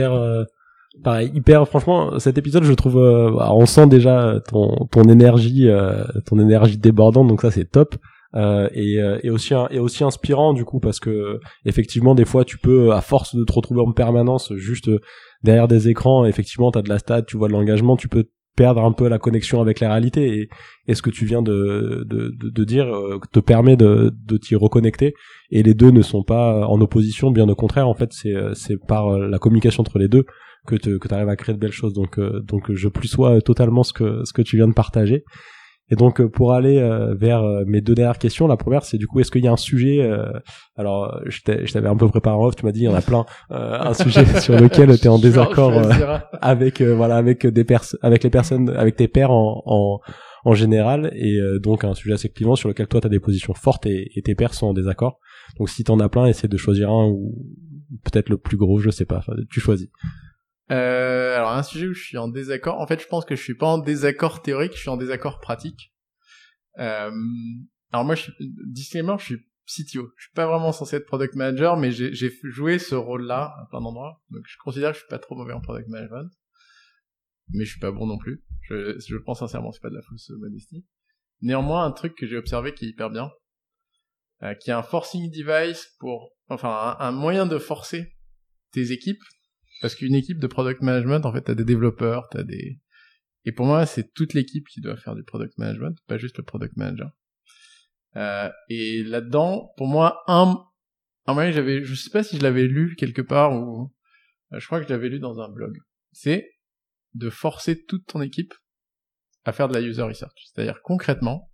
S2: hyper, franchement, cet épisode, je trouve, on sent déjà ton énergie débordante, donc ça c'est top. Et aussi inspirant du coup, parce que effectivement des fois tu peux, à force de te retrouver en permanence juste derrière des écrans, effectivement t'as de la stat, tu vois de l'engagement, tu peux perdre un peu la connexion avec la réalité, et ce que tu viens de dire te permet de t'y reconnecter, et les deux ne sont pas en opposition, bien au contraire. En fait, c'est par la communication entre les deux que t'arrives à créer de belles choses. Donc je plussois totalement ce que tu viens de partager. Et donc pour aller vers mes deux dernières questions, la première c'est du coup, est-ce qu'il y a un sujet, alors je t'avais un peu préparé en off, tu m'as dit il y en a plein, un sujet sur lequel tu es en désaccord avec les personnes, avec tes pairs en général, et donc un sujet assez clivant sur lequel toi tu as des positions fortes et tes pairs sont en désaccord. Donc si t'en as plein, essaie de choisir un, ou peut-être le plus gros, je sais pas, enfin, tu choisis.
S3: Alors un sujet où je suis en désaccord, en fait je pense que je suis pas en désaccord théorique, je suis en désaccord pratique. Alors moi disclaimer, je suis CTO, je suis pas vraiment censé être product manager, mais j'ai joué ce rôle-là à plein d'endroits, donc je considère que je suis pas trop mauvais en product management, mais je suis pas bon non plus, je pense sincèrement, c'est pas de la fausse modestie. Néanmoins, un truc que j'ai observé qui est hyper bien, qui est un forcing device un moyen de forcer tes équipes. Parce qu'une équipe de product management, en fait, t'as des développeurs, et pour moi, c'est toute l'équipe qui doit faire du product management, pas juste le product manager. Et là-dedans, pour moi, un moyen, je sais pas si je l'avais lu quelque part, ou je crois que je l'avais lu dans un blog. C'est de forcer toute ton équipe à faire de la user research. C'est-à-dire, concrètement,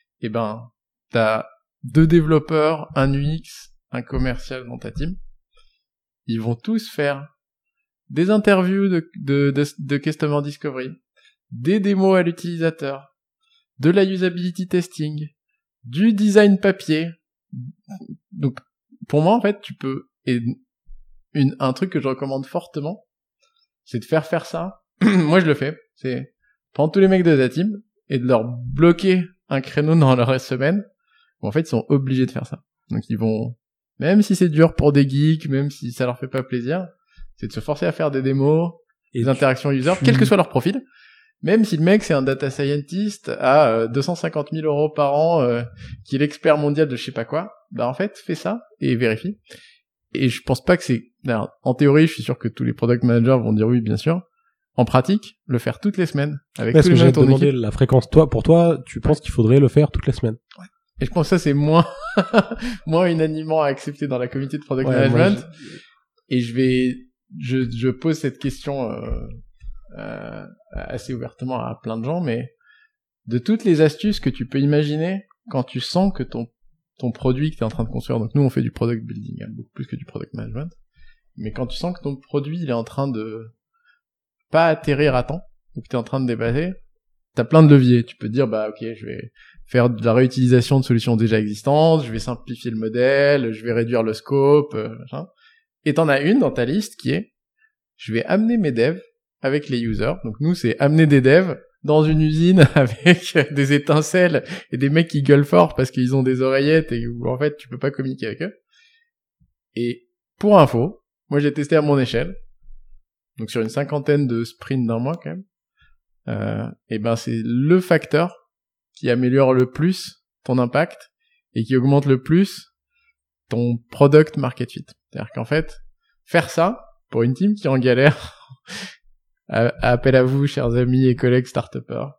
S3: t'as 2 développeurs, un UX, un commercial dans ta team. Ils vont tous faire des interviews de customer discovery, des démos à l'utilisateur, de la usability testing, du design papier. Donc, pour moi, en fait, tu peux, et un truc que je recommande fortement, c'est de faire ça. Moi, je le fais. C'est prendre tous les mecs de ta team et de leur bloquer un créneau dans leur semaine où, en fait, ils sont obligés de faire ça. Donc, ils vont, même si c'est dur pour des geeks, même si ça leur fait pas plaisir, c'est de se forcer à faire des démos, des interactions user, quel que soit leur profil. Même si le mec, c'est un data scientist à 250 000 euros par an, qui est l'expert mondial de je sais pas quoi, en fait, fais ça et vérifie. Et je pense pas que c'est... Alors, en théorie, je suis sûr que tous les product managers vont dire oui, bien sûr. En pratique, le faire toutes les semaines, avec tous les gens de ton équipe.
S2: La fréquence, pour toi, tu penses qu'il faudrait le faire toutes les semaines?
S3: Ouais. Et je pense que ça, c'est moins unanimement à accepter dans la communauté de product management. Et je pose cette question assez ouvertement à plein de gens, mais de toutes les astuces que tu peux imaginer quand tu sens que ton produit que tu es en train de construire, donc nous on fait du product building, beaucoup plus que du product management, mais quand tu sens que ton produit il est en train de pas atterrir à temps, ou que tu es en train de dépasser, t'as plein de leviers. Tu peux te dire ok, je vais faire de la réutilisation de solutions déjà existantes, je vais simplifier le modèle, je vais réduire le scope, machin. Et t'en as une dans ta liste qui est, je vais amener mes devs avec les users. Donc nous, c'est amener des devs dans une usine avec des étincelles et des mecs qui gueulent fort parce qu'ils ont des oreillettes et où en fait, tu peux pas communiquer avec eux. Et pour info, moi j'ai testé à mon échelle, donc sur une 50aine de sprints d'un mois quand même, c'est le facteur qui améliore le plus ton impact et qui augmente le plus ton product market fit. C'est-à-dire qu'en fait, faire ça, pour une team qui est en galère, appel à vous, chers amis et collègues start-upers,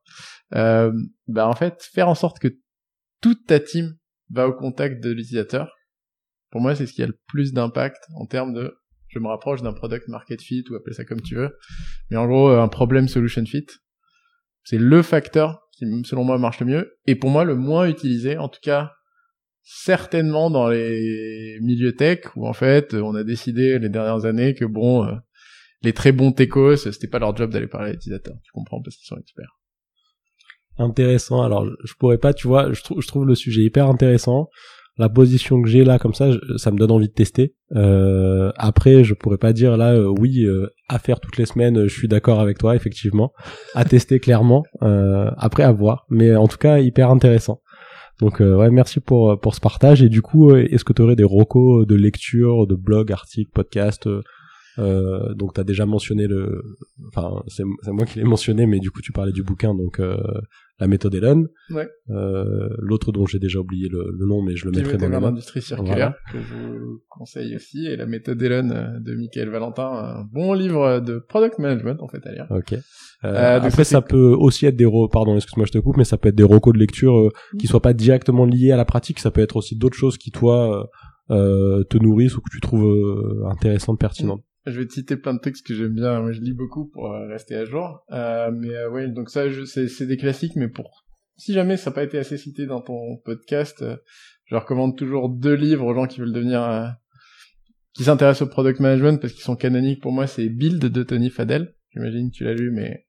S3: en fait, faire en sorte que toute ta team va au contact de l'utilisateur, pour moi, c'est ce qui a le plus d'impact en termes de, je me rapproche d'un product market fit, ou appelle ça comme tu veux, mais en gros, un problem solution fit, c'est le facteur qui, selon moi, marche le mieux, et pour moi, le moins utilisé, en tout cas, certainement dans les milieux tech où en fait on a décidé les dernières années que les très bons techos c'était pas leur job d'aller parler à l'utilisateur, tu comprends, parce qu'ils sont experts.
S2: Intéressant. Alors je pourrais pas, tu vois, je trouve le sujet hyper intéressant. La position que j'ai là comme ça me donne envie de tester. Après je pourrais pas dire là oui à faire toutes les semaines, je suis d'accord avec toi effectivement, à tester clairement, après à voir, mais en tout cas hyper intéressant. Donc merci pour ce partage. Et du coup, est-ce que tu aurais des recos de lecture, de blog, articles, podcasts Donc t'as déjà mentionné c'est moi qui l'ai mentionné, mais du coup tu parlais du bouquin, donc la méthode Elon.
S3: Ouais.
S2: L'autre dont j'ai déjà oublié le nom, mais je le mettrai dans
S3: dans
S2: les notes.
S3: l'industrie circulaire, que je vous conseille aussi, et la méthode Elon de Michael Valentin, un bon livre de product management en fait à lire.
S2: Ok. Après ça peut aussi être pardon, excuse-moi je te coupe, mais ça peut être des recos de lecture qui soient pas directement liés à la pratique. Ça peut être aussi d'autres choses qui toi te nourrissent ou que tu trouves intéressantes, pertinentes.
S3: Je vais te citer plein de trucs que j'aime bien. Moi, je lis beaucoup pour rester à jour. Ouais, donc ça, c'est des classiques, mais si jamais ça n'a pas été assez cité dans ton podcast, je recommande toujours 2 livres aux gens qui veulent devenir, qui s'intéressent au product management parce qu'ils sont canoniques. Pour moi, c'est Build de Tony Fadell. J'imagine que tu l'as lu, mais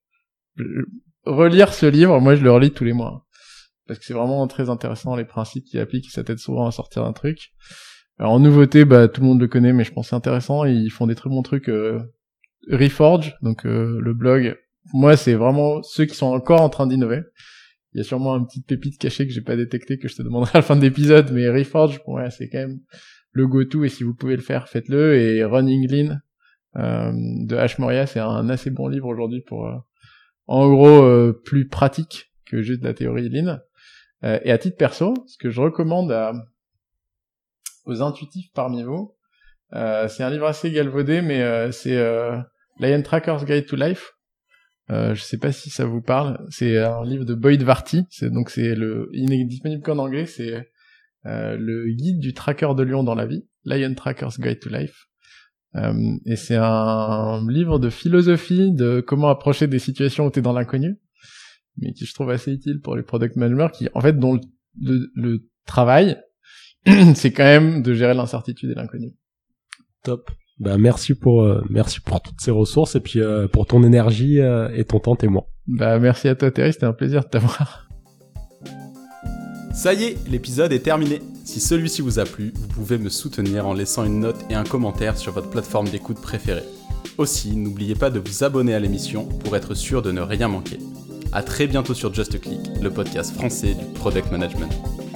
S3: relire ce livre, moi, je le relis tous les mois. Parce que c'est vraiment très intéressant, les principes qu'il applique, ça t'aide souvent à sortir d'un truc. Alors en nouveauté, tout le monde le connaît, mais je pense que c'est intéressant. Ils font des très bons trucs. Reforge, donc le blog. Moi, c'est vraiment ceux qui sont encore en train d'innover. Il y a sûrement une petite pépite cachée que j'ai pas détectée, que je te demanderai à la fin de l'épisode, mais Reforge, pour moi, c'est quand même le go-to, et si vous pouvez le faire, faites-le. Et Running Lean de Ash Maurya, c'est un assez bon livre aujourd'hui pour, en gros, plus pratique que juste de la théorie Lean. Et à titre perso, ce que je recommande aux intuitifs parmi vous, c'est un livre assez galvaudé, mais c'est Lion Tracker's Guide to Life. Je sais pas si ça vous parle. C'est un livre de Boyd Varty. Il n'est disponible qu'en anglais. C'est le guide du tracker de lion dans la vie, Lion Tracker's Guide to Life. Et c'est un livre de philosophie de comment approcher des situations où t'es dans l'inconnu, mais qui je trouve assez utile pour les product managers qui, en fait, dont le travail c'est quand même de gérer l'incertitude et l'inconnu.
S2: Top. Merci pour toutes ces ressources et puis pour ton énergie et ton temps témoin.
S3: Merci à toi Thierry, c'était un plaisir de t'avoir.
S1: Ça y est, l'épisode est terminé. Si celui-ci vous a plu, vous pouvez me soutenir en laissant une note et un commentaire sur votre plateforme d'écoute préférée. Aussi, n'oubliez pas de vous abonner à l'émission pour être sûr de ne rien manquer. À très bientôt sur Just a Click, le podcast français du product management.